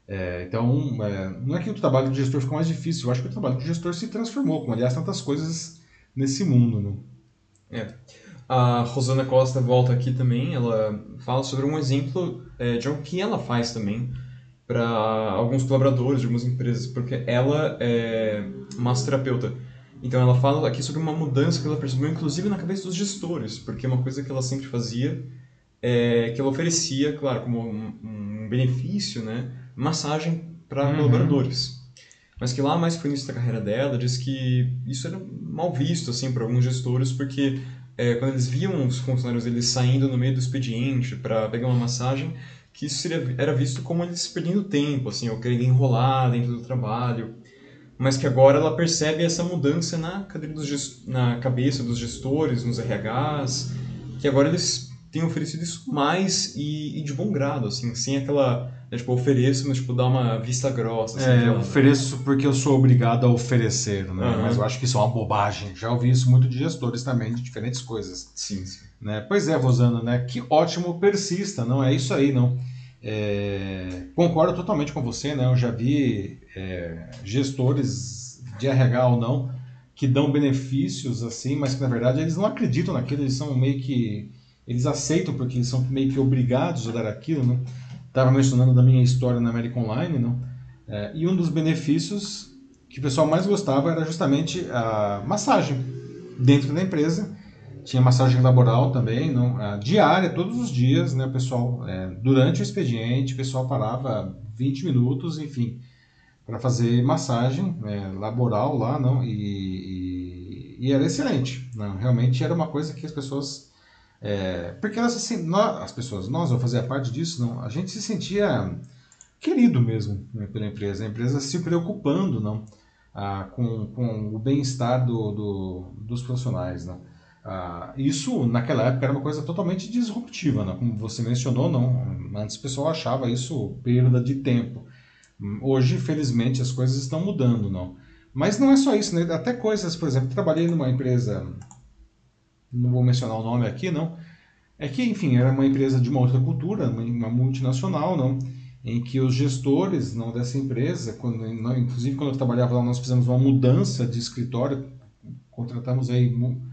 Não é que o trabalho do gestor ficou mais difícil, eu acho que o trabalho do gestor se transformou, como aliás tantas coisas nesse mundo. Não? É. A Rosana Costa volta aqui também, ela fala sobre um exemplo de algo que ela faz também para alguns colaboradores de algumas empresas, porque ela é massoterapeuta. Então ela fala aqui sobre uma mudança que ela percebeu, inclusive na cabeça dos gestores, porque uma coisa que ela sempre fazia é que ela oferecia, claro, como um benefício, né, massagem para Uhum. colaboradores. Mas que lá mais pro início da carreira dela, diz que isso era mal visto assim por alguns gestores, porque quando eles viam os funcionários deles saindo no meio do expediente para pegar uma massagem, que isso era visto como eles perdendo tempo, assim, ou querendo enrolar dentro do trabalho. Mas que agora ela percebe essa mudança na cabeça dos gestores, nos RHs, que agora eles tem oferecido isso mais e de bom grado, assim, sem aquela, né, tipo, ofereço, mas tipo, dá uma vista grossa, assim, de Eu lado. ofereço porque eu sou obrigado a oferecer, né? Mas eu Aham. acho que isso é uma bobagem. Já ouvi isso muito de gestores também, de diferentes coisas. Sim, sim. Né? Pois é, Rosana, né? Que ótimo, persista, não é isso aí, não. Concordo totalmente com você, né? Eu já vi gestores de RH ou não que dão benefícios assim, mas que na verdade eles não acreditam naquilo, eles são meio que eles aceitam porque eles são meio que obrigados a dar aquilo, né? Estava mencionando da minha história na América Online, não? E um dos benefícios que o pessoal mais gostava era justamente a massagem dentro da empresa. Tinha massagem laboral também, não, diária, todos os dias, né, pessoal, durante o expediente, o pessoal parava 20 minutos, enfim, para fazer massagem laboral lá, não, e era excelente, não, realmente era uma coisa que as pessoas, porque elas, assim, as pessoas, nós, eu fazia parte disso, não, a gente se sentia querido mesmo, né, pela empresa, a empresa se preocupando, não, com o bem-estar dos profissionais, não. Isso naquela época era uma coisa totalmente disruptiva, né? Como você mencionou, não. Antes o pessoal achava isso perda de tempo. Hoje, felizmente, as coisas estão mudando, não. Mas não é só isso, né? Até coisas, por exemplo, trabalhei numa empresa, não vou mencionar o nome aqui, não. É que, enfim, era uma empresa de uma outra cultura, uma multinacional, não, em que os gestores não dessa empresa, inclusive quando eu trabalhava lá, nós fizemos uma mudança de escritório, contratamos aí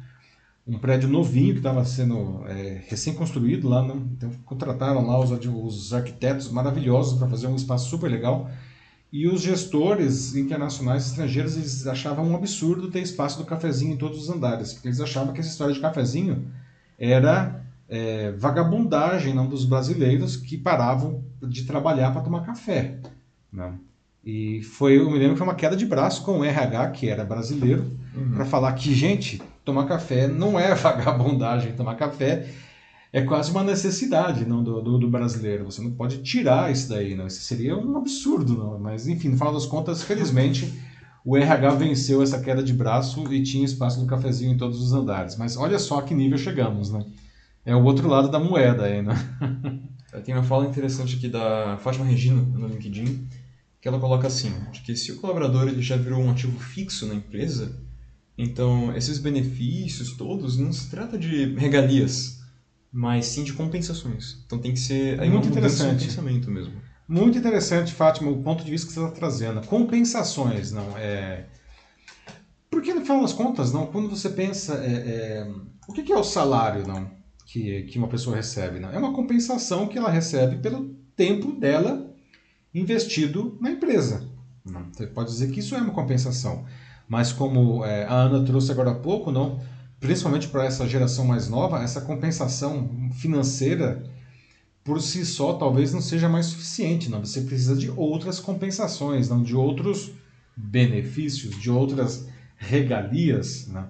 um prédio novinho que estava sendo recém-construído lá, né? Então contrataram lá os arquitetos maravilhosos para fazer um espaço super legal. E os gestores internacionais estrangeiros eles achavam um absurdo ter espaço do cafezinho em todos os andares, porque eles achavam que essa história de cafezinho era vagabundagem não dos brasileiros que paravam de trabalhar para tomar café, né? E eu me lembro que foi uma queda de braço com o RH, que era brasileiro, para Uhum. falar que, gente, tomar café não é vagabundagem, tomar café é quase uma necessidade não, do brasileiro. Você não pode tirar isso daí, não. Isso seria um absurdo, não. Mas, enfim, no final das contas, felizmente, o RH venceu essa queda de braço e tinha espaço do cafezinho em todos os andares. Mas olha só a que nível chegamos, né? É o outro lado da moeda aí, né? Tem uma fala interessante aqui da Fátima Regina no LinkedIn, que ela coloca assim, de que se o colaborador ele já virou um ativo fixo na empresa, então esses benefícios todos não se trata de regalias, mas sim de compensações. Então tem que ser aí uma Muito mudança no interessante. pensamento mesmo. Muito interessante, Fátima, o ponto de vista que você está trazendo. Compensações, não é? Porque no final das contas, não, quando você pensa, o que é o salário, não, que uma pessoa recebe, não? É uma compensação que ela recebe pelo tempo dela investido na empresa. Não? Você pode dizer que isso é uma compensação, mas como a Ana trouxe agora há pouco, não, principalmente para essa geração mais nova, essa compensação financeira por si só talvez não seja mais suficiente, não. Você precisa de outras compensações, não, de outros benefícios, de outras regalias, né?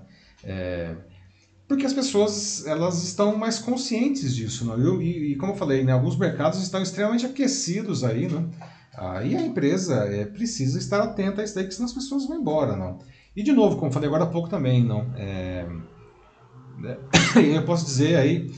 Porque as pessoas elas estão mais conscientes disso, não? E como eu falei, né, alguns mercados estão extremamente aquecidos aí, né? E a empresa precisa estar atenta a isso daí, porque senão as pessoas vão embora, não? E de novo, como eu falei agora há pouco também, não? Eu posso dizer aí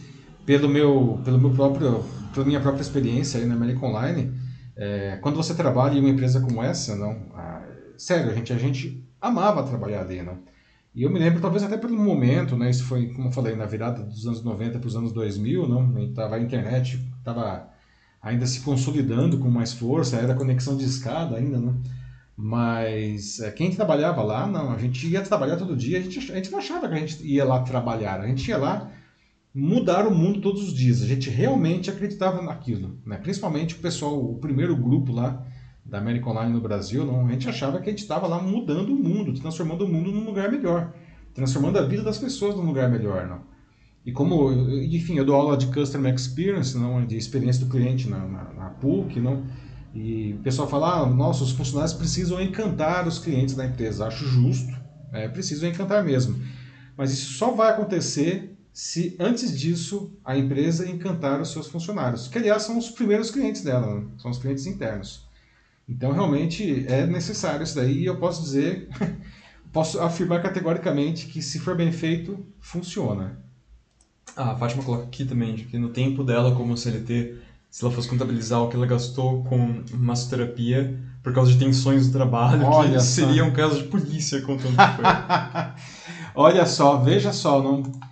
pela minha própria experiência aí na American Online, quando você trabalha em uma empresa como essa, não, sério, a gente amava trabalhar ali, não. E eu me lembro, talvez até pelo momento, né, isso foi, como eu falei, na virada dos anos 90 para os anos 2000, não, a internet estava ainda se consolidando com mais força, era conexão de escada ainda, não. Mas quem trabalhava lá, não, a gente ia trabalhar todo dia, a gente não achava que a gente ia lá trabalhar, a gente ia lá mudar o mundo todos os dias. A gente realmente acreditava naquilo, né? Principalmente o pessoal, o primeiro grupo lá da American Online no Brasil, não, a gente achava que a gente estava lá mudando o mundo, transformando o mundo num lugar melhor, transformando a vida das pessoas num lugar melhor, não. E como, enfim, eu dou aula de Customer Experience, não, de experiência do cliente na PUC, não, e o pessoal fala, nossa, os funcionários precisam encantar os clientes da empresa. Acho justo, precisam encantar mesmo. Mas isso só vai acontecer se antes disso a empresa encantar os seus funcionários, que aliás são os primeiros clientes dela, né? São os clientes internos. Então realmente é necessário isso daí e eu posso dizer, posso afirmar categoricamente que se for bem feito, funciona. A Fátima coloca aqui também, de que no tempo dela como CLT, se ela fosse contabilizar o que ela gastou com massoterapia por causa de tensões do trabalho, Olha que só. seria um caso de polícia contando o que foi. Olha só, veja só,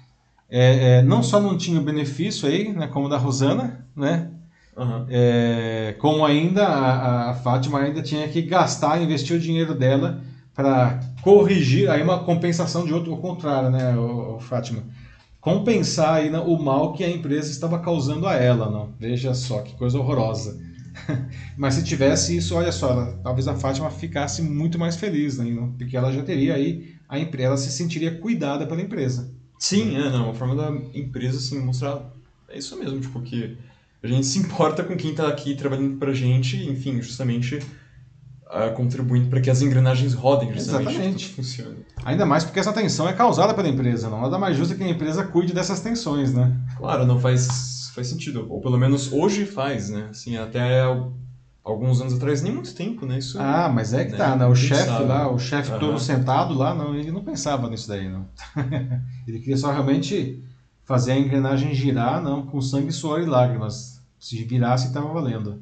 não só não tinha o benefício aí, né, como o da Rosana, né? Aham. Como ainda a Fátima ainda tinha que gastar, investir o dinheiro dela para corrigir aí uma compensação de outro, o contrário, né, o Fátima? Compensar aí, né, o mal que a empresa estava causando a ela, não? Veja só que coisa horrorosa. Mas se tivesse isso, olha só, talvez a Fátima ficasse muito mais feliz, né, não? Porque ela já teria aí a empresa, ela se sentiria cuidada pela empresa. Sim, não, uma forma da empresa, assim, mostrar, é isso mesmo, tipo, que a gente se importa com quem tá aqui trabalhando pra gente, enfim, justamente contribuindo para que as engrenagens rodem, justamente, que Exatamente. tudo funcione. Ainda mais porque essa tensão é causada pela empresa, não? Nada mais justo que a empresa cuide dessas tensões, né? Claro, não faz sentido, ou pelo menos hoje faz, né, assim, até alguns anos atrás, nem muito tempo, né, isso... Ah, mas é que né, tá, né? O chefe impensável. lá, o chefe todo Aham. sentado lá, não, ele não pensava nisso daí, não. Ele queria só realmente fazer a engrenagem girar, não, com sangue, suor e lágrimas. Se virasse, estava valendo.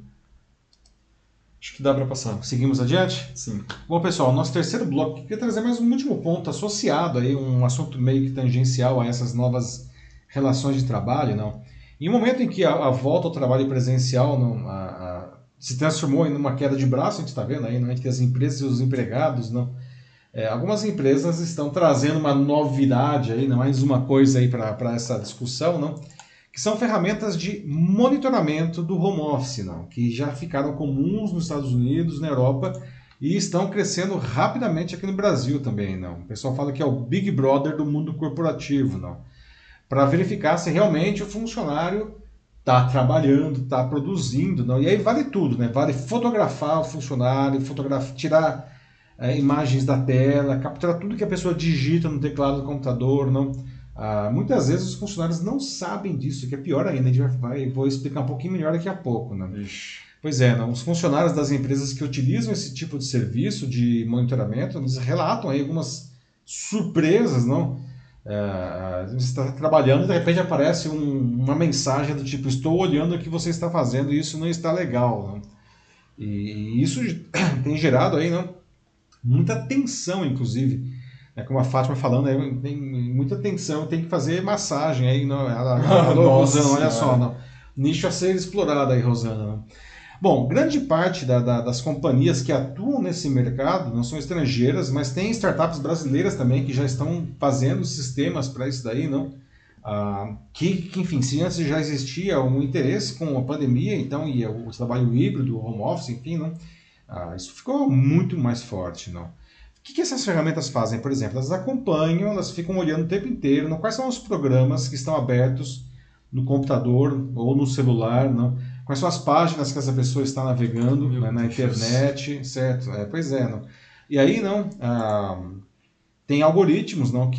Acho que dá para passar. Seguimos adiante? Sim. Bom, pessoal, nosso terceiro bloco, queria trazer mais um último ponto associado aí, um assunto meio que tangencial a essas novas relações de trabalho, não. Em um momento em que a volta ao trabalho presencial não, se transformou em uma queda de braço, a gente está vendo aí, não, entre as empresas e os empregados, não. Algumas empresas estão trazendo uma novidade aí, não, mais uma coisa aí para essa discussão, não, que são ferramentas de monitoramento do home office, não, que já ficaram comuns nos Estados Unidos, na Europa, e estão crescendo rapidamente aqui no Brasil também, não. O pessoal fala que é o Big Brother do mundo corporativo, não, para verificar se realmente o funcionário está trabalhando, está produzindo, não. E aí vale tudo, né? Vale fotografar o funcionário, tirar imagens da tela, capturar tudo que a pessoa digita no teclado do computador, não. Muitas vezes os funcionários não sabem disso, que é pior ainda. A gente vou explicar um pouquinho melhor daqui a pouco, né? Ixi. Pois é, não, os funcionários das empresas que utilizam esse tipo de serviço de monitoramento, eles relatam aí algumas surpresas, não? Você está trabalhando e de repente aparece uma mensagem do tipo: estou olhando o que você está fazendo e isso não está legal, não? E isso tem gerado aí, não, muita tensão, inclusive. Como a Fátima falando, aí, tem muita tensão, tem que fazer massagem aí, não? Alô, Nossa Rosana, olha só, Senhora. não. Nicho a ser explorado aí, Rosana, não? Bom, grande parte das companhias que atuam nesse mercado não são estrangeiras, mas tem startups brasileiras também que já estão fazendo sistemas para isso daí, não? Enfim, se antes já existia um interesse com a pandemia, então, e o trabalho híbrido, o home office, enfim, não? Isso ficou muito mais forte, não? O que essas ferramentas fazem? Por exemplo, elas acompanham, elas ficam olhando o tempo inteiro, não? Quais são os programas que estão abertos no computador ou no celular, não? Quais são as páginas que essa pessoa está navegando, né, na internet, certo? Pois é, não? E aí, não, tem algoritmos, não,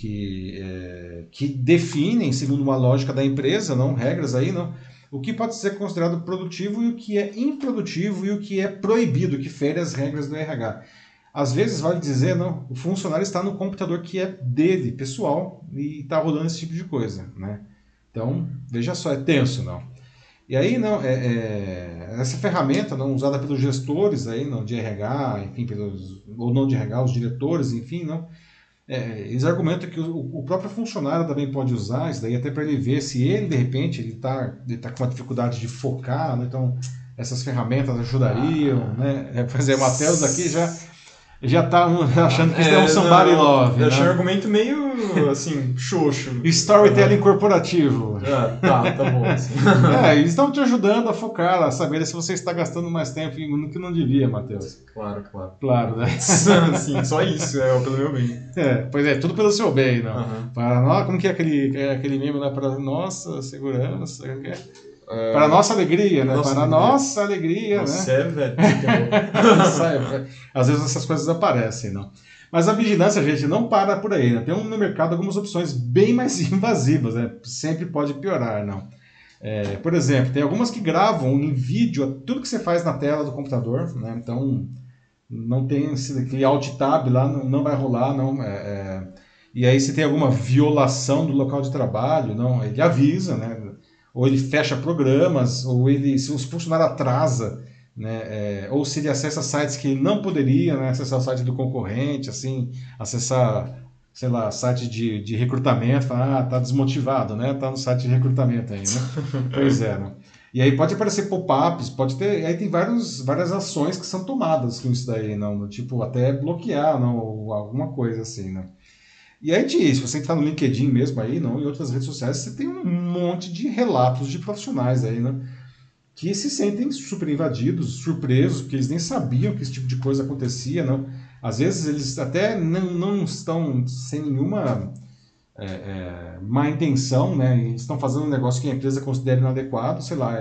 que definem, segundo uma lógica da empresa, não, regras aí, não, o que pode ser considerado produtivo e o que é improdutivo e o que é proibido, que fere as regras do RH. Às vezes, vale dizer, não, o funcionário está no computador que é dele, pessoal, e está rolando esse tipo de coisa, né? Então, veja só, é tenso, não? E aí, não, essa ferramenta, não, usada pelos gestores aí, não, de RH, enfim, ou não de RH, os diretores, enfim, não, eles argumentam que o próprio funcionário também pode usar isso daí até para ele ver se ele, de repente, ele tá com uma dificuldade de focar, né? Então essas ferramentas ajudariam, né? Fazer o Matheus aqui já tá achando que isso é um somebody love, Eu achei um né? argumento meio, assim, xoxo. Storytelling corporativo. Tá bom, assim. Eles estão te ajudando a focar, a saber se você está gastando mais tempo no que não devia, Matheus. Claro. Claro, né? Sim, só isso, pelo meu bem. Pois é, tudo pelo seu bem, não? Aham. Para nós, como que é aquele memo lá? Para nossa segurança, como que é? Para nossa alegria, né? Nossa Para alegria. nossa alegria, Nossa, né? velho, que terror. Às vezes essas coisas aparecem, não? Mas a vigilância, gente, não para por aí, né? Tem no mercado algumas opções bem mais invasivas, né? Sempre pode piorar, não? Por exemplo, tem algumas que gravam em vídeo tudo que você faz na tela do computador, né? Então, não tem aquele alt tab lá, não vai rolar, não. E aí se tem alguma violação do local de trabalho, não, ele avisa, né? Ou ele fecha programas, ou ele, se o funcionário atrasa, né? Ou se ele acessa sites que ele não poderia, né? Acessar o site do concorrente, assim, acessar, sei lá, site de recrutamento, fala, tá desmotivado, né? Tá no site de recrutamento aí, né? Pois é, né? E aí pode aparecer pop-ups, pode ter, aí tem várias ações que são tomadas com isso daí, não, tipo até bloquear, não, ou alguma coisa assim, né? E aí, se você entrar no LinkedIn mesmo aí, não, em outras redes sociais, você tem um monte de relatos de profissionais aí, né? Que se sentem super invadidos, surpresos, porque eles nem sabiam que esse tipo de coisa acontecia, não. Às vezes eles até não estão sem nenhuma má intenção, né? Eles estão fazendo um negócio que a empresa considera inadequado, sei lá,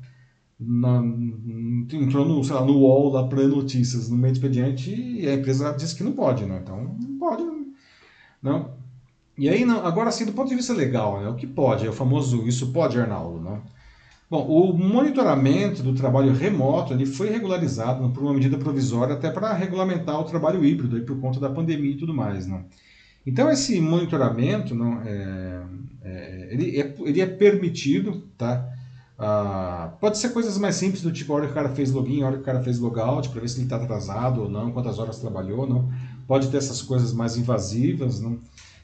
entrou no, sei lá, no UOL lá para notícias no meio do expediente e a empresa disse que não pode, né? Então não pode, não. E aí, não, agora sim, do ponto de vista legal, né, o que pode? É o famoso isso pode, Arnaldo, né? Bom, o monitoramento do trabalho remoto ele foi regularizado por uma medida provisória até para regulamentar o trabalho híbrido aí, por conta da pandemia e tudo mais, né? Então esse monitoramento não, ele é permitido, tá? Pode ser coisas mais simples do tipo a hora que o cara fez login, a hora que o cara fez logout, para ver se ele está atrasado ou não, quantas horas trabalhou, não. Pode ter essas coisas mais invasivas, não.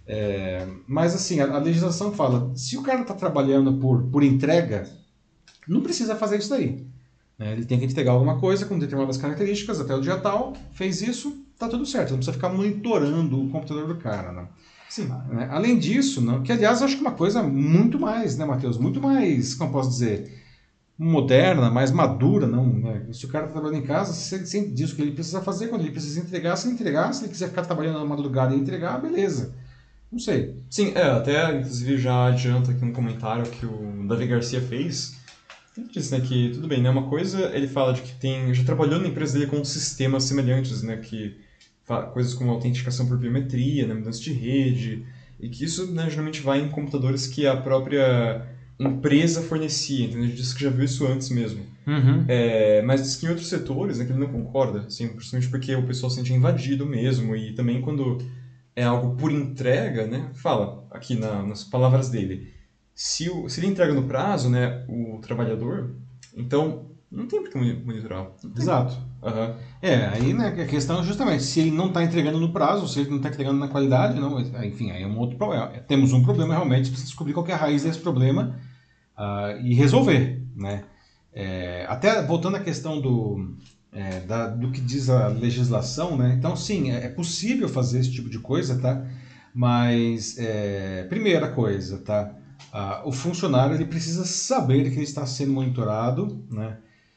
Mas assim, a legislação fala, se o cara está trabalhando por entrega, não precisa fazer isso daí. Né? Ele tem que entregar alguma coisa com determinadas características até o dia tal, fez isso, tá tudo certo. Não precisa ficar monitorando o computador do cara. Né? Sim. Né? Além disso, não, que aliás eu acho que é uma coisa muito mais, né, Matheus? Muito mais, como eu posso dizer, moderna, mais madura. Não, né? Se o cara está trabalhando em casa, você diz o que ele precisa fazer, quando ele precisa entregar, se entregar, se ele quiser ficar trabalhando na madrugada e entregar, beleza. Não sei. Sim, até inclusive já adianta aqui um comentário que o Davi Garcia fez. Ele disse, né, que tudo bem, né, uma coisa ele fala de que já trabalhou na empresa dele com sistemas semelhantes, né, que coisas como autenticação por biometria, né, mudança de rede, e que isso, né, geralmente vai em computadores que a própria empresa fornecia, entendeu? Ele disse que já viu isso antes mesmo. Uhum. Mas diz que em outros setores, né, que ele não concorda, assim, principalmente porque o pessoal se sente invadido mesmo, e também quando é algo por entrega, né, fala aqui nas palavras dele, se ele entrega no prazo, né, o trabalhador, então não tem por que monitorar. Exato. Uhum. Aí né, a questão é justamente se ele não está entregando no prazo, se ele não está entregando na qualidade, não, enfim, aí é um outro problema. Temos um problema realmente, precisa descobrir qual que é a raiz desse problema e resolver. Né? Até voltando à questão do que diz a legislação, né? Então sim, é possível fazer esse tipo de coisa, tá? Mas primeira coisa, tá? O funcionário ele precisa saber que ele está sendo monitorado, né?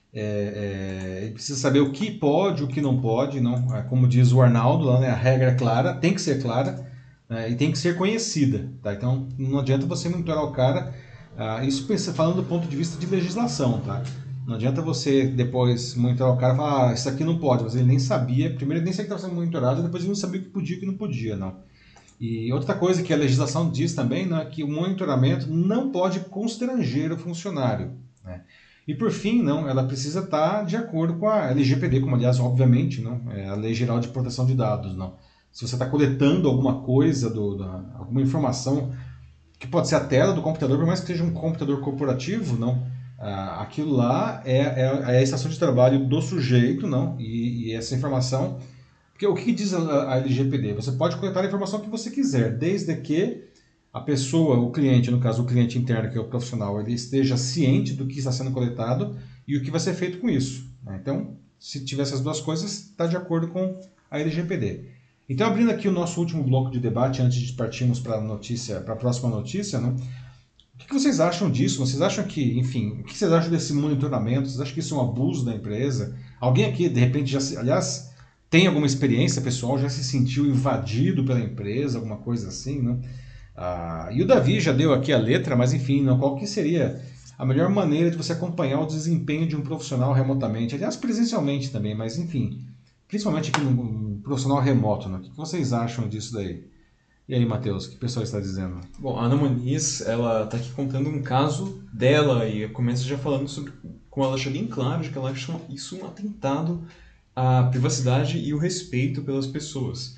Ele precisa saber o que pode, o que não pode, não. Como diz o Arnaldo, lá, né? A regra é clara, tem que ser clara, né? E tem que ser conhecida, tá? Então não adianta você monitorar o cara. Isso falando do ponto de vista de legislação, tá? Não adianta você depois monitorar o cara e falar, isso aqui não pode, mas ele nem sabia, primeiro ele nem sabia que estava sendo monitorado, depois ele não sabia o que podia e o que não podia, não. E outra coisa que a legislação diz também, né, é que o monitoramento não pode constranger o funcionário, né? E por fim, não, ela precisa estar de acordo com a LGPD, como aliás, obviamente, não, é a Lei Geral de Proteção de Dados, não. Se você está coletando alguma coisa, alguma informação, que pode ser a tela do computador, por mais que seja um computador corporativo, não, aquilo lá é a estação de trabalho do sujeito, não, e essa informação, porque o que diz a LGPD? Você pode coletar a informação que você quiser, desde que a pessoa, o cliente, no caso o cliente interno, que é o profissional, ele esteja ciente do que está sendo coletado e o que vai ser feito com isso. Né? Então, se tiver essas duas coisas, está de acordo com a LGPD. Então, abrindo aqui o nosso último bloco de debate, antes de partirmos para a próxima notícia, né? O que vocês acham disso? Vocês acham que, enfim, o que vocês acham desse monitoramento? Vocês acham que isso é um abuso da empresa? Alguém aqui, de repente, aliás, tem alguma experiência pessoal, já se sentiu invadido pela empresa, alguma coisa assim, né? E o Davi já deu aqui a letra, mas enfim, não, qual que seria a melhor maneira de você acompanhar o desempenho de um profissional remotamente? Aliás, presencialmente também, mas enfim, principalmente aqui no profissional remoto, né? O que vocês acham disso daí? E aí, Matheus, o que o pessoal está dizendo? Bom, a Ana Moniz, ela está aqui contando um caso dela e começa já falando sobre como ela deixa bem claro de que ela acha isso um atentado à privacidade e o respeito pelas pessoas.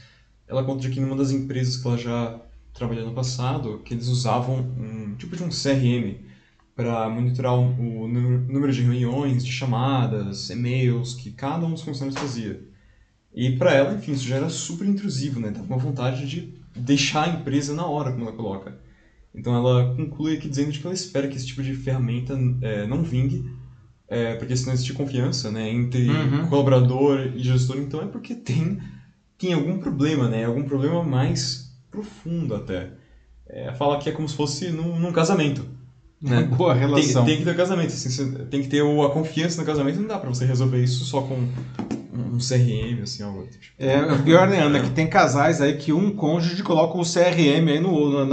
ela conta de que numa das empresas que ela já trabalhou no passado, que eles usavam um tipo de um CRM para monitorar o número de reuniões, de chamadas, e-mails que cada um dos funcionários fazia. E para ela, enfim, isso já era super intrusivo, né? Tava com vontade de deixar a empresa na hora, como ela coloca. Então ela conclui aqui dizendo de que ela espera que esse tipo de ferramenta não vingue, porque se não existe confiança, né, entre Uhum. colaborador e gestor, então é porque tem algum problema, né? Algum problema mais profundo até. Fala que é como se fosse num casamento, Uma né? boa Tem relação. que ter casamento, assim, tem que ter a confiança no casamento, não dá pra você resolver isso só com um CRM, assim, algo do tipo. O pior, né, Ana, que tem casais aí que um cônjuge coloca o CRM aí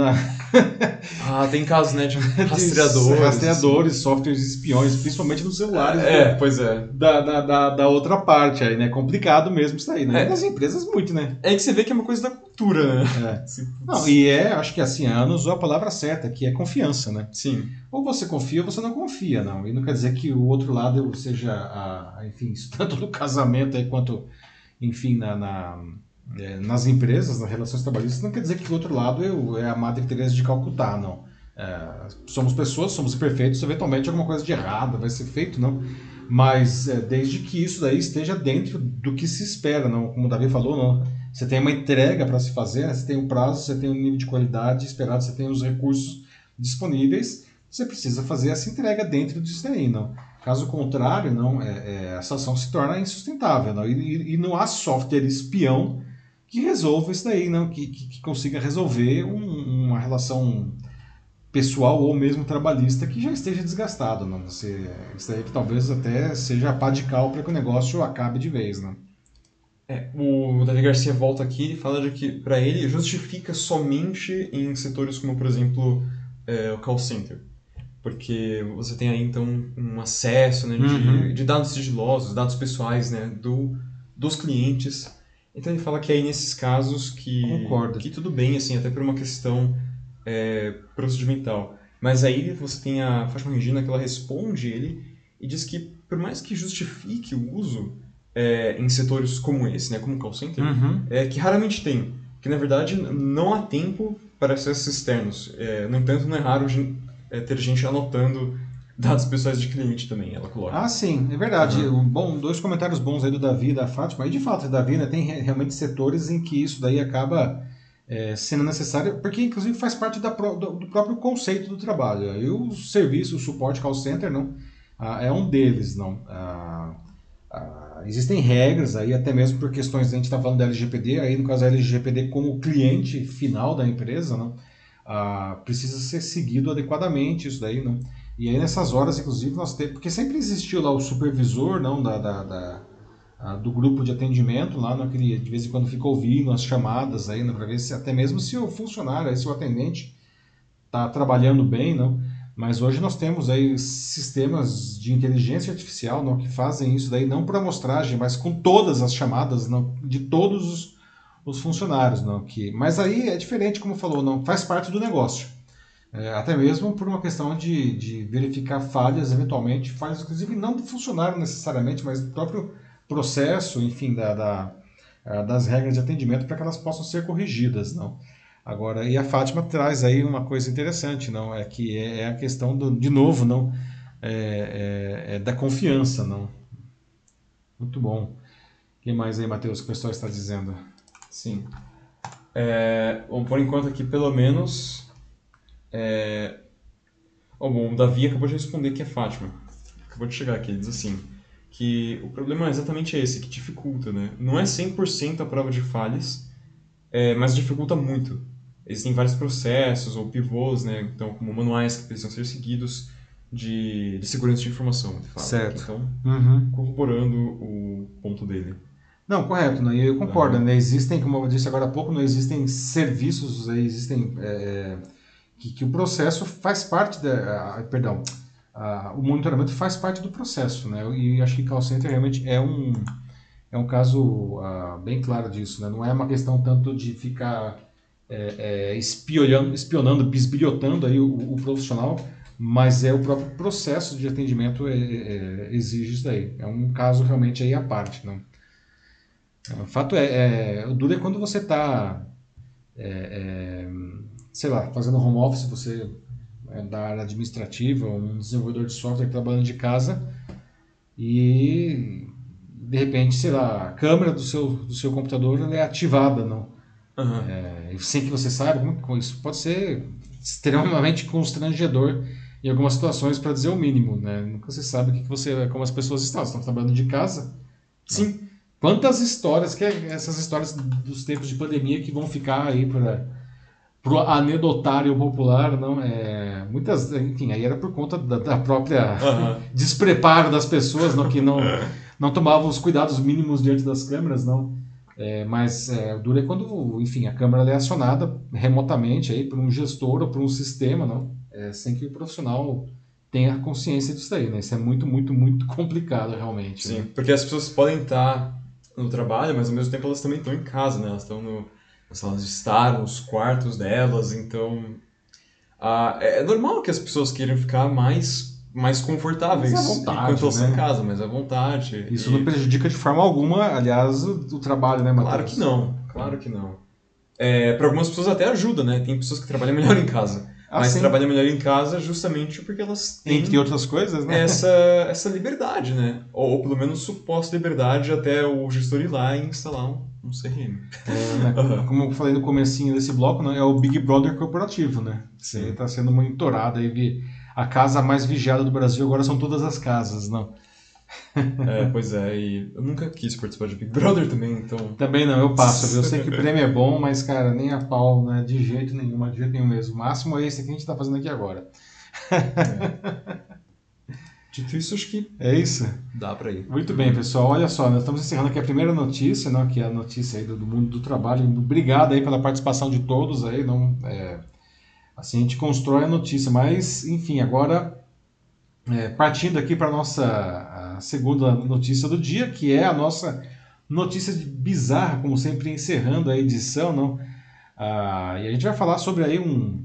Ah, tem casos, né, de de rastreadores, assim. rastreadores, softwares espiões, principalmente nos celulares Pois é. da outra parte aí, né? Complicado mesmo isso aí, né? E nas É, empresas muito, né? é que você vê que é uma coisa da cultura, né? É. Assim, Não, putz. e acho que assim, a Ana usou a palavra certa, que é confiança, né? Sim. Ou você confia ou você não confia, não. E não quer dizer que o outro lado seja, enfim, isso tanto no casamento aí quanto, enfim, nas empresas, nas relações trabalhistas, não quer dizer que o outro lado é a Madre Teresa de Calcutá, não. Somos pessoas, somos imperfeitos, eventualmente alguma coisa de errada vai ser feito, não. Mas desde que isso daí esteja dentro do que se espera, não. Como o Davi falou, não. Você tem uma entrega para se fazer, você tem um prazo, você tem um nível de qualidade esperado, você tem os recursos disponíveis, você precisa fazer essa entrega dentro disso daí, não. Caso contrário, não, a situação se torna insustentável, não. E não há software espião que resolva isso daí, não, que consiga resolver uma relação pessoal ou mesmo trabalhista que já esteja desgastado, não. Isso daí que talvez até seja a pá de cal para que o negócio acabe de vez, não. O Davi Garcia volta aqui e fala de que, para ele, justifica somente em setores como, por exemplo, o call center. Porque você tem aí, então, um acesso, né, Uhum. de dados sigilosos, dados pessoais, né, dos clientes. Então ele fala que aí nesses casos Concordo. que tudo bem, assim, até por uma questão procedimental. Mas aí você tem a Fátima Regina que ela responde ele e diz que por mais que justifique o uso em setores como esse, né, como call center, Uhum. que raramente tem. Que na verdade não há tempo para acessos externos. No entanto, não é raro ter gente anotando dados pessoais de cliente também, ela coloca. Ah, sim, é verdade. Aham. Bom, dois comentários bons aí do Davi e da Fátima. E de fato, Davi, né, tem realmente setores em que isso daí acaba sendo necessário, porque inclusive faz parte do próprio conceito do trabalho. E o serviço, o suporte call center, não, é um deles, não. Existem regras aí, até mesmo por questões, a gente está falando da LGPD, aí no caso a LGPD como cliente final da empresa, não, precisa ser seguido adequadamente isso daí, não. E aí nessas horas, inclusive, nós temos, porque sempre existiu lá o supervisor, não, do grupo de atendimento lá, não, que de vez em quando fica ouvindo as chamadas aí, para ver se até mesmo se o funcionário, aí, se o atendente está trabalhando bem, não. Mas hoje nós temos aí sistemas de inteligência artificial, não, que fazem isso daí não por amostragem, mas com todas as chamadas, não, de todos os funcionários, não. Mas aí é diferente, como falou, não faz parte do negócio. Até mesmo por uma questão de verificar falhas, eventualmente, falhas inclusive não do funcionário necessariamente, mas do próprio processo, enfim, das regras de atendimento para que elas possam ser corrigidas, não. Agora, e a Fátima traz aí uma coisa interessante, não, é que é a questão de novo, não, da confiança, não. Muito bom. O que mais aí, Matheus, que o pessoal está dizendo? Sim. Bom, por enquanto aqui, pelo menos... bom, o Davi acabou de responder que é Fátima. Acabou de chegar aqui, ele diz assim, que o problema é exatamente esse, que dificulta, né? Não é 100% a prova de falhas, mas dificulta muito. Existem vários processos ou pivôs, né? Então, como manuais que precisam ser seguidos de segurança de informação, ele fala. Certo. Então, Uhum. corroborando o ponto dele. Não, correto, né? E eu concordo, Aham. né? Existem, como eu disse agora há pouco, não existem serviços, existem que o processo faz parte perdão, o monitoramento faz parte do processo, né? E acho que call center realmente é um caso bem claro disso, né? Não é uma questão tanto de ficar espionando, bisbilhotando aí o profissional, mas é o próprio processo de atendimento exige isso daí. É um caso realmente aí à parte, né? O fato o duro é quando você está, sei lá, fazendo home office, você é da área administrativa, um desenvolvedor de software trabalhando de casa e de repente, sei lá, a câmera do seu computador ela é ativada, não? Aham. Sem que você saiba, isso pode ser extremamente constrangedor em algumas situações, para dizer o mínimo, né? Nunca você sabe como as pessoas estão trabalhando de casa, não? Sim. Quantas histórias, essas histórias dos tempos de pandemia que vão ficar aí para pro anedotário popular, não? Muitas, enfim, aí era por conta da própria Aham. despreparo das pessoas, não, que não tomavam os cuidados mínimos diante das câmeras, não. O duro é quando, enfim, a câmera é acionada remotamente aí por um gestor ou por um sistema, não? Sem que o profissional tenha consciência disso daí, né? Isso é muito, muito, muito complicado realmente, Sim, né? porque as pessoas podem estar no trabalho, mas ao mesmo tempo elas também estão em casa, né? Elas estão nas salas de estar, nos quartos delas, então é normal que as pessoas queiram ficar mais Mas é confortáveis enquanto vontade, elas estão em né? casa, mas à vontade. Isso não E prejudica de forma alguma, aliás, o trabalho, né, claro que Matheus? não, claro que não. Para algumas pessoas até ajuda, né? Tem pessoas que trabalham melhor em casa, mas Assim, trabalham melhor em casa justamente porque elas entre têm outras coisas, né? essa liberdade, né? Ou pelo menos suposta liberdade até o gestor ir lá e instalar um CRM. Né, Aham. como eu falei no comecinho desse bloco, né, é o Big Brother corporativo, né? Você Sim. está sendo monitorado aí, a casa mais vigiada do Brasil agora são todas as casas, não? Pois é, e eu nunca quis participar de Big Brother também, então. Também não, eu passo, viu? Eu sei que o prêmio é bom, mas, cara, nem a pau, né? De jeito nenhum mesmo. O máximo é esse que a gente está fazendo aqui agora. É. Dito isso, acho que É isso? dá pra ir. Muito bem, pessoal. Olha só, nós estamos encerrando aqui a primeira notícia, né, que é a notícia aí do mundo do trabalho. Obrigado aí pela participação de todos aí. Não, assim a gente constrói a notícia, mas, enfim, agora partindo aqui para a nossa a segunda notícia do dia, que é a nossa notícia bizarra, como sempre, encerrando a edição, não? E a gente vai falar sobre aí um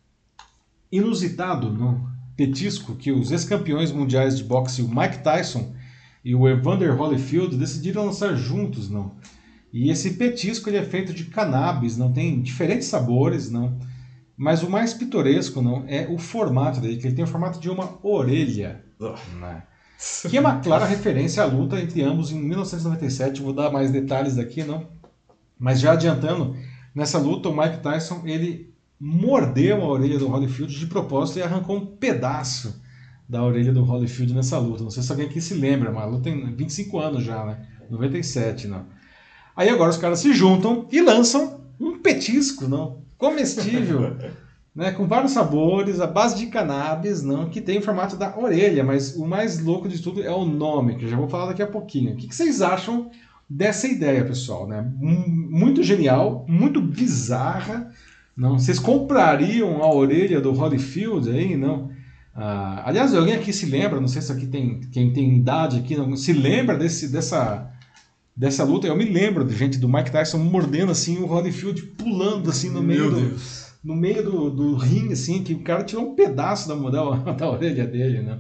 inusitado, não? Petisco que os ex-campeões mundiais de boxe, o Mike Tyson e o Evander Holyfield, decidiram lançar juntos, não? E esse petisco ele é feito de cannabis, não tem diferentes sabores, não? Mas o mais pitoresco não é o formato dele, que ele tem o formato de uma orelha, né? Que é uma clara referência à luta entre ambos em 1997. Vou dar mais detalhes daqui, não? Mas já adiantando, nessa luta o Mike Tyson ele mordeu a orelha do Holyfield de propósito e arrancou um pedaço da orelha do Holyfield nessa luta. Não sei se alguém aqui se lembra, mas a luta tem 25 anos já, né? 97, não. Aí agora os caras se juntam e lançam um petisco, não? Comestível, né? Com vários sabores, à base de cannabis, não? Que tem o formato da orelha, mas o mais louco de tudo é o nome, que eu já vou falar daqui a pouquinho. O que vocês acham dessa ideia, pessoal? Né? Muito genial, muito bizarra. Não? Vocês comprariam a orelha do Holyfield aí, não? Aliás, alguém aqui se lembra, não sei se aqui tem quem tem idade aqui, não, se lembra dessa luta? Eu me lembro de gente do Mike Tyson mordendo assim o Holyfield, pulando assim no meio Meu Deus. no meio do ringue, assim, que o cara tirou um pedaço da orelha dele, né?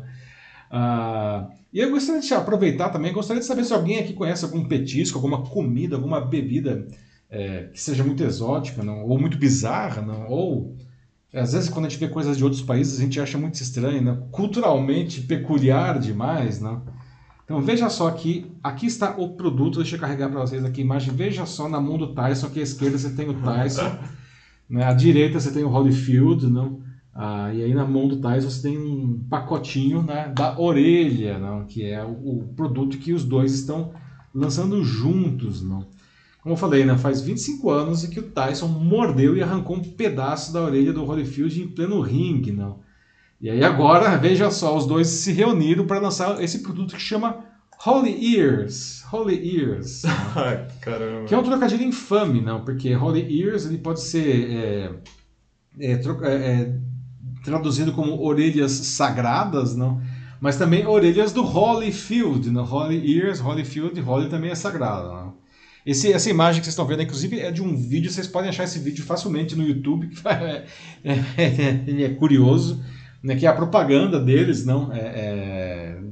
E eu gostaria de aproveitar também, gostaria de saber se alguém aqui conhece algum petisco, alguma comida, alguma bebida que seja muito exótica, não? Ou muito bizarra, não? Ou às vezes quando a gente vê coisas de outros países a gente acha muito estranho, né? Culturalmente peculiar demais, não? Então veja só aqui está o produto, deixa eu carregar para vocês aqui a imagem, veja só na mão do Tyson, aqui à esquerda você tem o Tyson, né? À direita você tem o Holyfield, não? E aí na mão do Tyson você tem um pacotinho, né, da orelha, não? Que é o produto que os dois estão lançando juntos, não? Como eu falei, né, faz 25 anos que o Tyson mordeu e arrancou um pedaço da orelha do Holyfield em pleno ringue, não? E aí agora, veja só, os dois se reuniram para lançar esse produto que chama Holy Ears. Holy Ears. Ai, caramba. Que é um trocadilho infame, não? Porque Holy Ears ele pode ser traduzido como orelhas sagradas, não? Mas também orelhas do Holyfield, não? Holy Ears, Holyfield, Holy também é sagrado, não? Essa imagem que vocês estão vendo, inclusive, é de um vídeo, vocês podem achar esse vídeo facilmente no YouTube, que é curioso, né, que é a propaganda deles, não?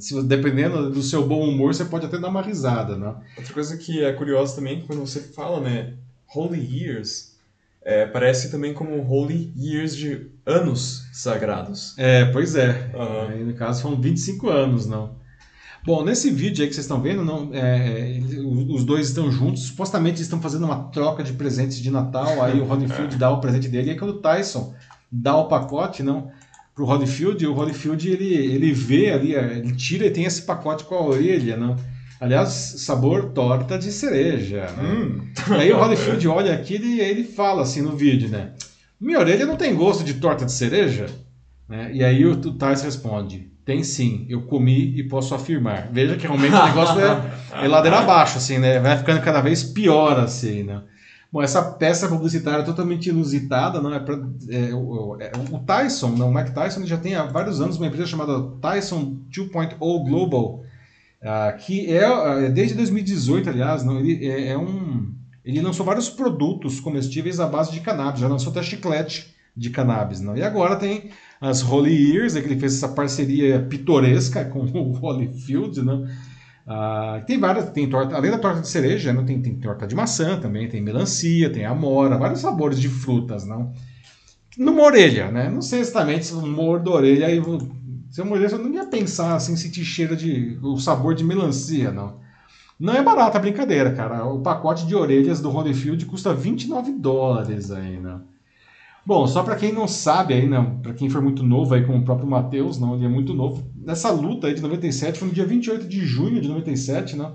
Dependendo do seu bom humor, você pode até dar uma risada, né? Outra coisa que é curiosa também, quando você fala, né, Holy Years, parece também como Holy Years de anos sagrados. Pois é. Aham. Aí, no caso, foram 25 anos, não. Bom, nesse vídeo aí que vocês estão vendo, os dois estão juntos, supostamente eles estão fazendo uma troca de presentes de Natal, aí o Holyfield dá o presente dele, e aí quando o Tyson dá o pacote, pro Holyfield, o Holyfield ele vê ali, ele tira e tem esse pacote com a orelha, não? Aliás, sabor torta de cereja, né? E aí o Holyfield olha aquilo e ele fala assim no vídeo, né? Minha orelha não tem gosto de torta de cereja? Né? E aí o Tyson responde, tem sim, eu comi e posso afirmar. Veja que realmente o negócio é ladeira abaixo, assim, né? Vai ficando cada vez pior, assim, né? Bom, essa peça publicitária é totalmente inusitada, não é o Tyson, não, o Mike Tyson, ele já tem há vários anos uma empresa chamada Tyson 2.0 Global, que desde 2018, aliás, não, ele lançou vários produtos comestíveis à base de cannabis, já lançou até chiclete de cannabis, não? E agora tem as Holy Years, que ele fez essa parceria pitoresca com o Holyfield, não? Tem várias, tem torta, além da torta de cereja, não, tem torta de maçã também, tem melancia, tem amora, vários sabores de frutas, não? Numa orelha, né? Não sei exatamente se eu mordo a orelha aí, se eu morder, eu não ia pensar assim, sentir cheiro o sabor de melancia, não. Não é barata a brincadeira, cara. O pacote de orelhas do Holyfield custa $29 aí, né? Bom, só para quem não sabe aí, né, para quem for muito novo aí, como o próprio Matheus, não, ele é muito novo. Nessa luta aí de 97, foi no dia 28 de junho de 97, né?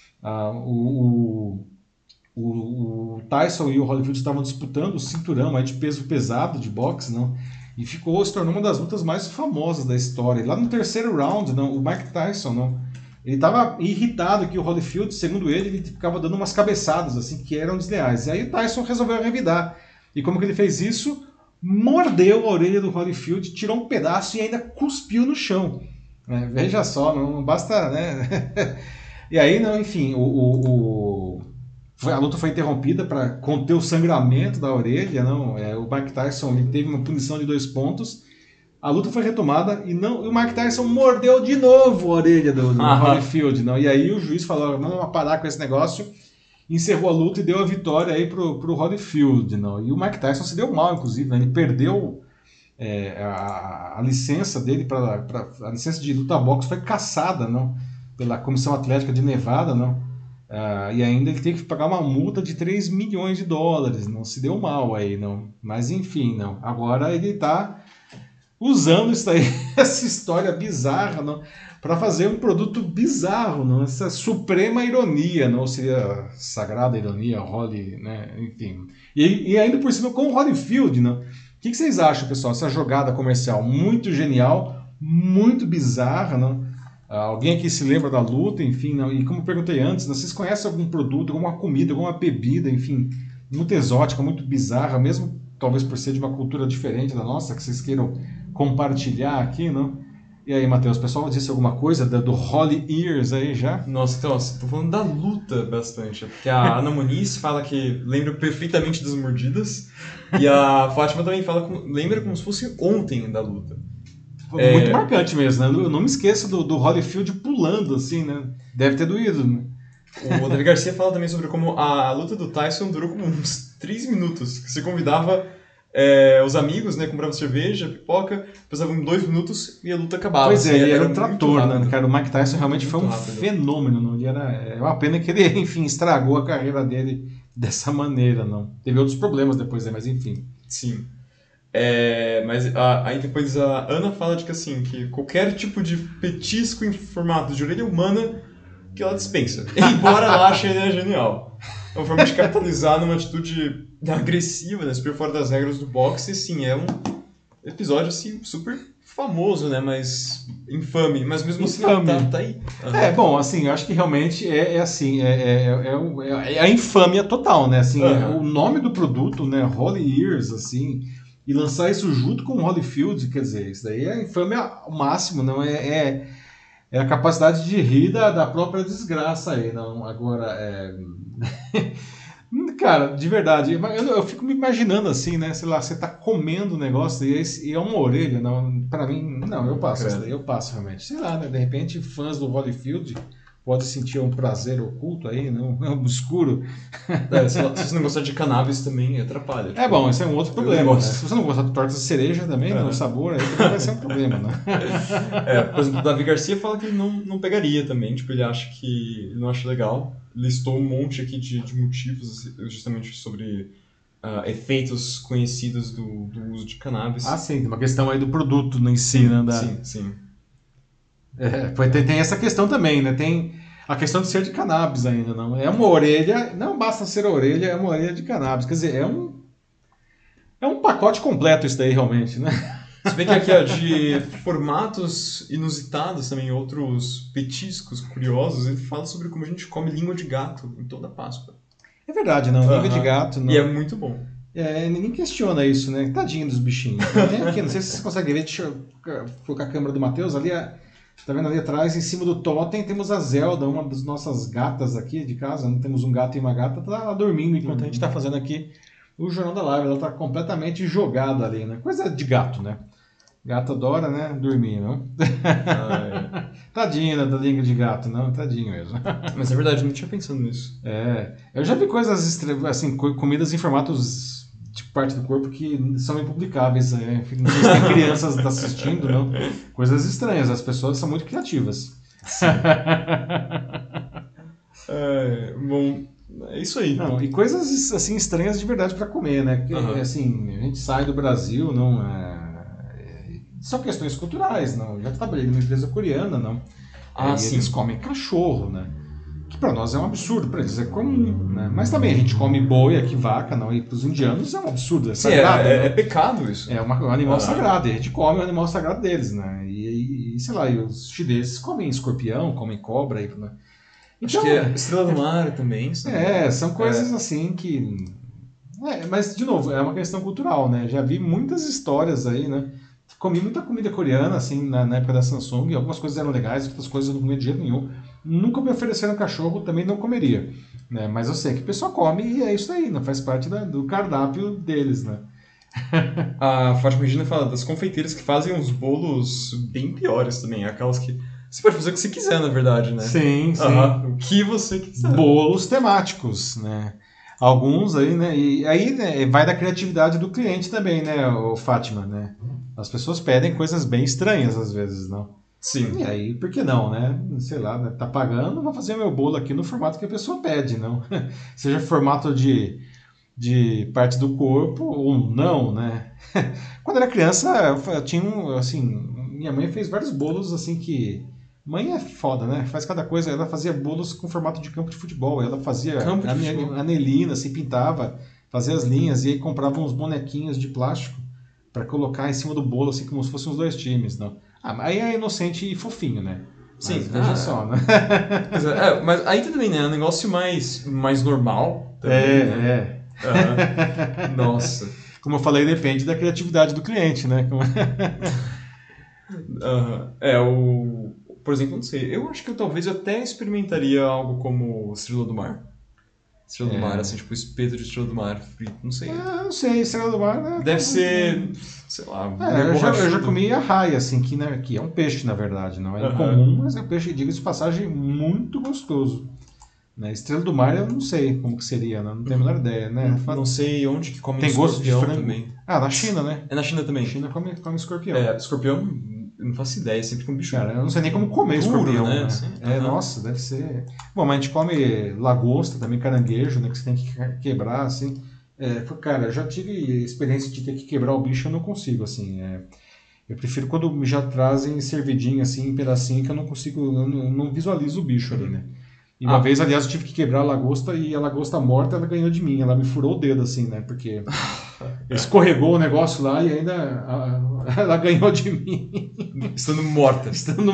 O Tyson e o Holyfield estavam disputando o cinturão aí de peso pesado de boxe, não? E se tornou uma das lutas mais famosas da história. E lá no terceiro round, não, o Mike Tyson, não, ele estava irritado que o Holyfield, segundo ele ficava dando umas cabeçadas assim que eram desleais. E aí o Tyson resolveu revidar. E como que ele fez isso? Mordeu a orelha do Holyfield, tirou um pedaço e ainda cuspiu no chão. Veja só, não basta, né? E aí, não, enfim, a luta foi interrompida para conter o sangramento da orelha. Não, o Mike Tyson teve uma punição de 2 pontos. A luta foi retomada e o Mike Tyson mordeu de novo a orelha do Holyfield. Não, e aí o juiz falou, vamos parar com esse negócio. Encerrou a luta e deu a vitória aí pro Holyfield, não? E o Mike Tyson se deu mal, inclusive, né? Ele perdeu a licença dele, a licença de luta boxe foi cassada, não? Pela Comissão Atlética de Nevada, não? E ainda ele teve que pagar uma multa de $3 milhões, não? Se deu mal aí, não? Mas enfim, não. Agora ele está usando isso aí, essa história bizarra, não? Para fazer um produto bizarro, não? Essa suprema ironia, não seria sagrada ironia, Holly, né? Enfim. E ainda por cima com o Holyfield, não? O que vocês acham, pessoal? Essa jogada comercial muito genial, muito bizarra, não? Alguém aqui se lembra da luta, enfim, não? E como eu perguntei antes, não? Vocês conhecem algum produto, alguma comida, alguma bebida, enfim, muito exótica, muito bizarra, mesmo talvez por ser de uma cultura diferente da nossa, que vocês queiram compartilhar aqui, não? E aí, Matheus, o pessoal disse alguma coisa do Holy Years aí já? Nossa, então, tô falando da luta bastante, porque a Ana Muniz fala que lembra perfeitamente das mordidas, e a Fátima também lembra como se fosse ontem da luta. Foi muito marcante mesmo, né? Eu não me esqueço do Holyfield pulando, assim, né? Deve ter doído, né? O Davi Garcia fala também sobre como a luta do Tyson durou como uns 3 minutos, que você convidava os amigos, né, compravam cerveja, pipoca, passavam 2 minutos e a luta acabava. Pois ele era um trator, né, cara? O Mike Tyson realmente foi um rápido. Fenômeno, não? É uma pena que ele, enfim, estragou a carreira dele dessa maneira, não? Teve outros problemas depois, mas enfim. Sim. Mas aí depois a Ana fala de que, assim, que qualquer tipo de petisco em formato de orelha humana que ela dispensa, embora ela ache a ideia genial. É uma forma de capitalizar numa atitude agressiva, né, super fora das regras do boxe, e sim, é um episódio assim, super famoso, né, mas infame, mas mesmo assim tá aí. Bom, assim, eu acho que realmente assim, é a infâmia total, né, assim, o nome do produto, né, Holy Years, assim, e lançar isso junto com o Holyfield, quer dizer, isso daí é infâmia ao máximo, não é a capacidade de rir da própria desgraça aí, não, agora, Cara, de verdade, eu fico me imaginando assim, né? Sei lá, você tá comendo um negócio e é uma orelha, não, pra mim, não, eu passo, essa daí eu passo realmente. Sei lá, né? De repente, fãs do Holyfield podem sentir um prazer oculto aí, não, obscuro. Se você não gostar de cannabis também, atrapalha. É bom, esse é um outro problema, né? Se você não gostar de torta de cereja também, o sabor aí também vai ser um problema, né? Por exemplo, o Davi Garcia fala que ele não pegaria também, tipo, ele acha que ele não acha legal. Listou um monte aqui de motivos justamente sobre efeitos conhecidos do uso de cannabis. Ah, sim, tem uma questão aí do produto em si, né? Sim. Tem essa questão também, né? Tem a questão de ser de cannabis ainda, não. É uma orelha, não basta ser a orelha, é uma orelha de cannabis. Quer dizer, é um pacote completo isso daí realmente, né? Se bem que aqui, ó, de formatos inusitados também, outros petiscos curiosos, ele fala sobre como a gente come língua de gato em toda a Páscoa. É verdade, não. Língua de gato. Não. E é muito bom. Ninguém questiona isso, né? Tadinho dos bichinhos. Tem aqui, não sei se você consegue ver, deixa eu colocar a câmera do Matheus ali. Tá vendo ali atrás, em cima do totem, temos a Zelda, uma das nossas gatas aqui de casa. Temos um gato e uma gata, tá lá dormindo enquanto a gente tá fazendo aqui o Jornal da Live. Ela tá completamente jogada ali, né? Coisa de gato, né? Gato adora, né? Dormir, não? Tadinho da língua de gato, não? Tadinho mesmo. Mas é verdade, eu não tinha pensado nisso. Eu já vi coisas, assim, comidas em formatos de parte do corpo que são impublicáveis. Não sei se tem crianças assistindo, não? Coisas estranhas, as pessoas são muito criativas. Bom, é isso aí. Não, e coisas assim estranhas de verdade para comer, né? Porque assim, a gente sai do Brasil, não são questões culturais, não. Eu já trabalhei numa empresa coreana, não. Sim. Eles comem cachorro, né? Que para nós é um absurdo, para eles é comum, né? Mas também a gente come boi aqui, vaca, não. E para os indianos é um absurdo, é sagrado. É pecado isso. É um animal sagrado, e a gente come o animal sagrado deles, né? E sei lá, e os chineses comem escorpião, comem cobra. Né? Então, acho que é estrela do mar também. São coisas assim que... mas, de novo, é uma questão cultural, né? Já vi muitas histórias aí, né? Comi muita comida coreana, assim, na época da Samsung. Algumas coisas eram legais, outras coisas eu não comia de jeito nenhum. Nunca me ofereceram cachorro, também não comeria. Né? Mas eu sei que o pessoal come e é isso aí, né? Faz parte do cardápio deles, né? A Fátima Regina fala das confeiteiras que fazem uns bolos bem piores também. Aquelas que você pode fazer o que você quiser, na verdade, né? Sim. O que você quiser. Bolos temáticos, né? Alguns aí, né? E aí, né, vai da criatividade do cliente também, né, o Fátima, né? As pessoas pedem coisas bem estranhas às vezes, não? Sim. E aí, por que não, né? Sei lá, né? Tá pagando, vou fazer meu bolo aqui no formato que a pessoa pede, não? Seja formato de parte do corpo ou não, né? Quando era criança, eu tinha assim, minha mãe fez vários bolos assim que... Mãe é foda, né? Faz cada coisa. Ela fazia bolos com formato de campo de futebol. Ela fazia anelina, se pintava, fazia as linhas e aí comprava uns bonequinhos de plástico para colocar em cima do bolo, assim como se fossem os dois times, não? Aí é inocente e fofinho, né? Sim, veja só, né? Mas aí também, né? É um negócio mais normal. Também, né? Nossa. Como eu falei, depende da criatividade do cliente, né? Por exemplo, não sei, eu acho que talvez eu até experimentaria algo como Estrela do Mar. Estrela do Mar, assim, tipo espeto de Estrela do Mar frito, não sei. Não sei, Estrela do Mar... Né? Deve ser, sei lá... eu já comi a raia, assim, que é um peixe, na verdade, não é incomum, mas é um peixe, diga-se de passagem, muito gostoso. Né? Estrela do Mar eu não sei como que seria, né? Não tenho a menor ideia, né? Não sei onde que come tem gosto de frango também. Na China, né? É na China também. Na China come escorpião. Escorpião... Eu não faço ideia, sempre com bicho. Cara, eu não sei nem como comer escorpião, né? Nossa, deve ser... Bom, mas a gente come lagosta, também caranguejo, né? Que você tem que quebrar, assim. Cara, eu já tive experiência de ter que quebrar o bicho, eu não consigo, assim. Eu prefiro quando me já trazem servidinho, assim, em pedacinho, que eu não consigo... Eu não visualizo o bicho ali, né? E uma vez, aliás, eu tive que quebrar a lagosta e a lagosta morta, ela ganhou de mim. Ela me furou o dedo, assim, né? Porque escorregou o negócio lá e ainda ela ganhou de mim. Estando morta.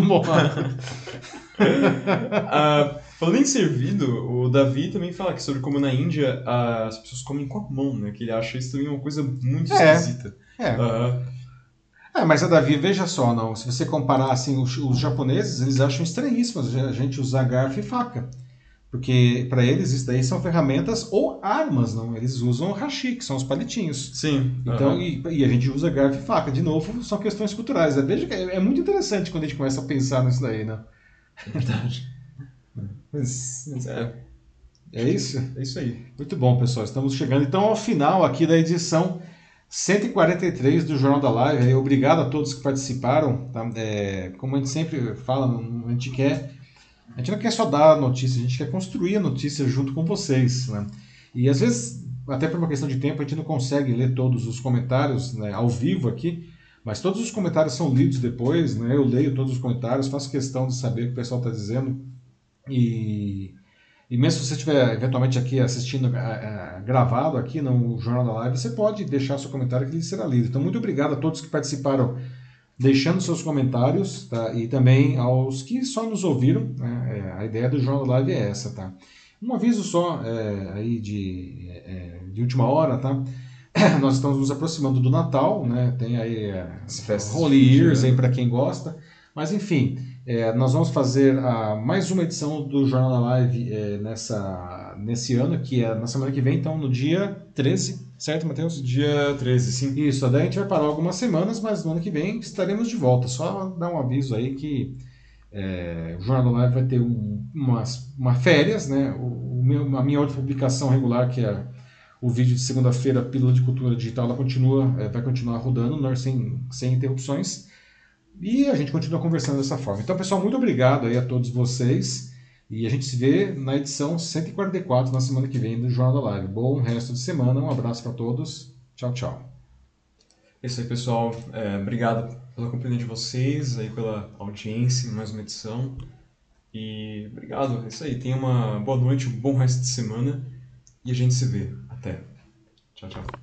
Falando em servido, o Davi também fala que sobre como na Índia as pessoas comem com a mão, né? Que ele acha isso também uma coisa muito esquisita. Mas a Davi, veja só, não. Se você comparar assim, os japoneses, eles acham estranhíssimo a gente usar garfo e faca. Porque para eles isso daí são ferramentas ou armas, não? Eles usam hashi, que são os palitinhos. Sim. Então, e a gente usa garfo e faca. De novo, são questões culturais. Né? Veja que é muito interessante quando a gente começa a pensar nisso daí, né? É verdade. Mas É isso? é isso aí. Muito bom, pessoal. Estamos chegando então ao final aqui da edição 143 do Jornal da Live. Obrigado a todos que participaram. Tá? Como a gente sempre fala, a gente não quer só dar a notícia, a gente quer construir a notícia junto com vocês. Né? E às vezes, até por uma questão de tempo, a gente não consegue ler todos os comentários, né, ao vivo aqui, mas todos os comentários são lidos depois. Né? Eu leio todos os comentários, faço questão de saber o que o pessoal está dizendo. E mesmo se você estiver eventualmente aqui assistindo gravado aqui no Jornal da Live, você pode deixar seu comentário que ele será lido. Então, muito obrigado a todos que participaram deixando seus comentários, tá? E também aos que só nos ouviram. Né? A ideia do Jornal da Live é essa, tá? Um aviso só aí de última hora, tá? Nós estamos nos aproximando do Natal, né? Tem aí As festas Holy Years aí para quem gosta. Mas enfim, nós vamos fazer mais uma edição do Jornal da Live nesse ano, que é na semana que vem, então no dia 13, certo, Matheus? Dia 13, sim. Isso, daí a gente vai parar algumas semanas, mas no ano que vem estaremos de volta. Só dar um aviso aí que o Jornal da Live vai ter uma férias, né? A minha outra publicação regular, que é o vídeo de segunda-feira, Pílula de Cultura Digital, ela vai continuar rodando sem interrupções. E a gente continua conversando dessa forma. Então, pessoal, muito obrigado aí a todos vocês. E a gente se vê na edição 144 na semana que vem do Jornal da Live. Bom resto de semana. Um abraço para todos. Tchau, tchau. É isso aí, pessoal. Obrigado pela companhia de vocês, aí pela audiência em mais uma edição. E obrigado. É isso aí. Tenha uma boa noite, um bom resto de semana. E a gente se vê. Até. Tchau, tchau.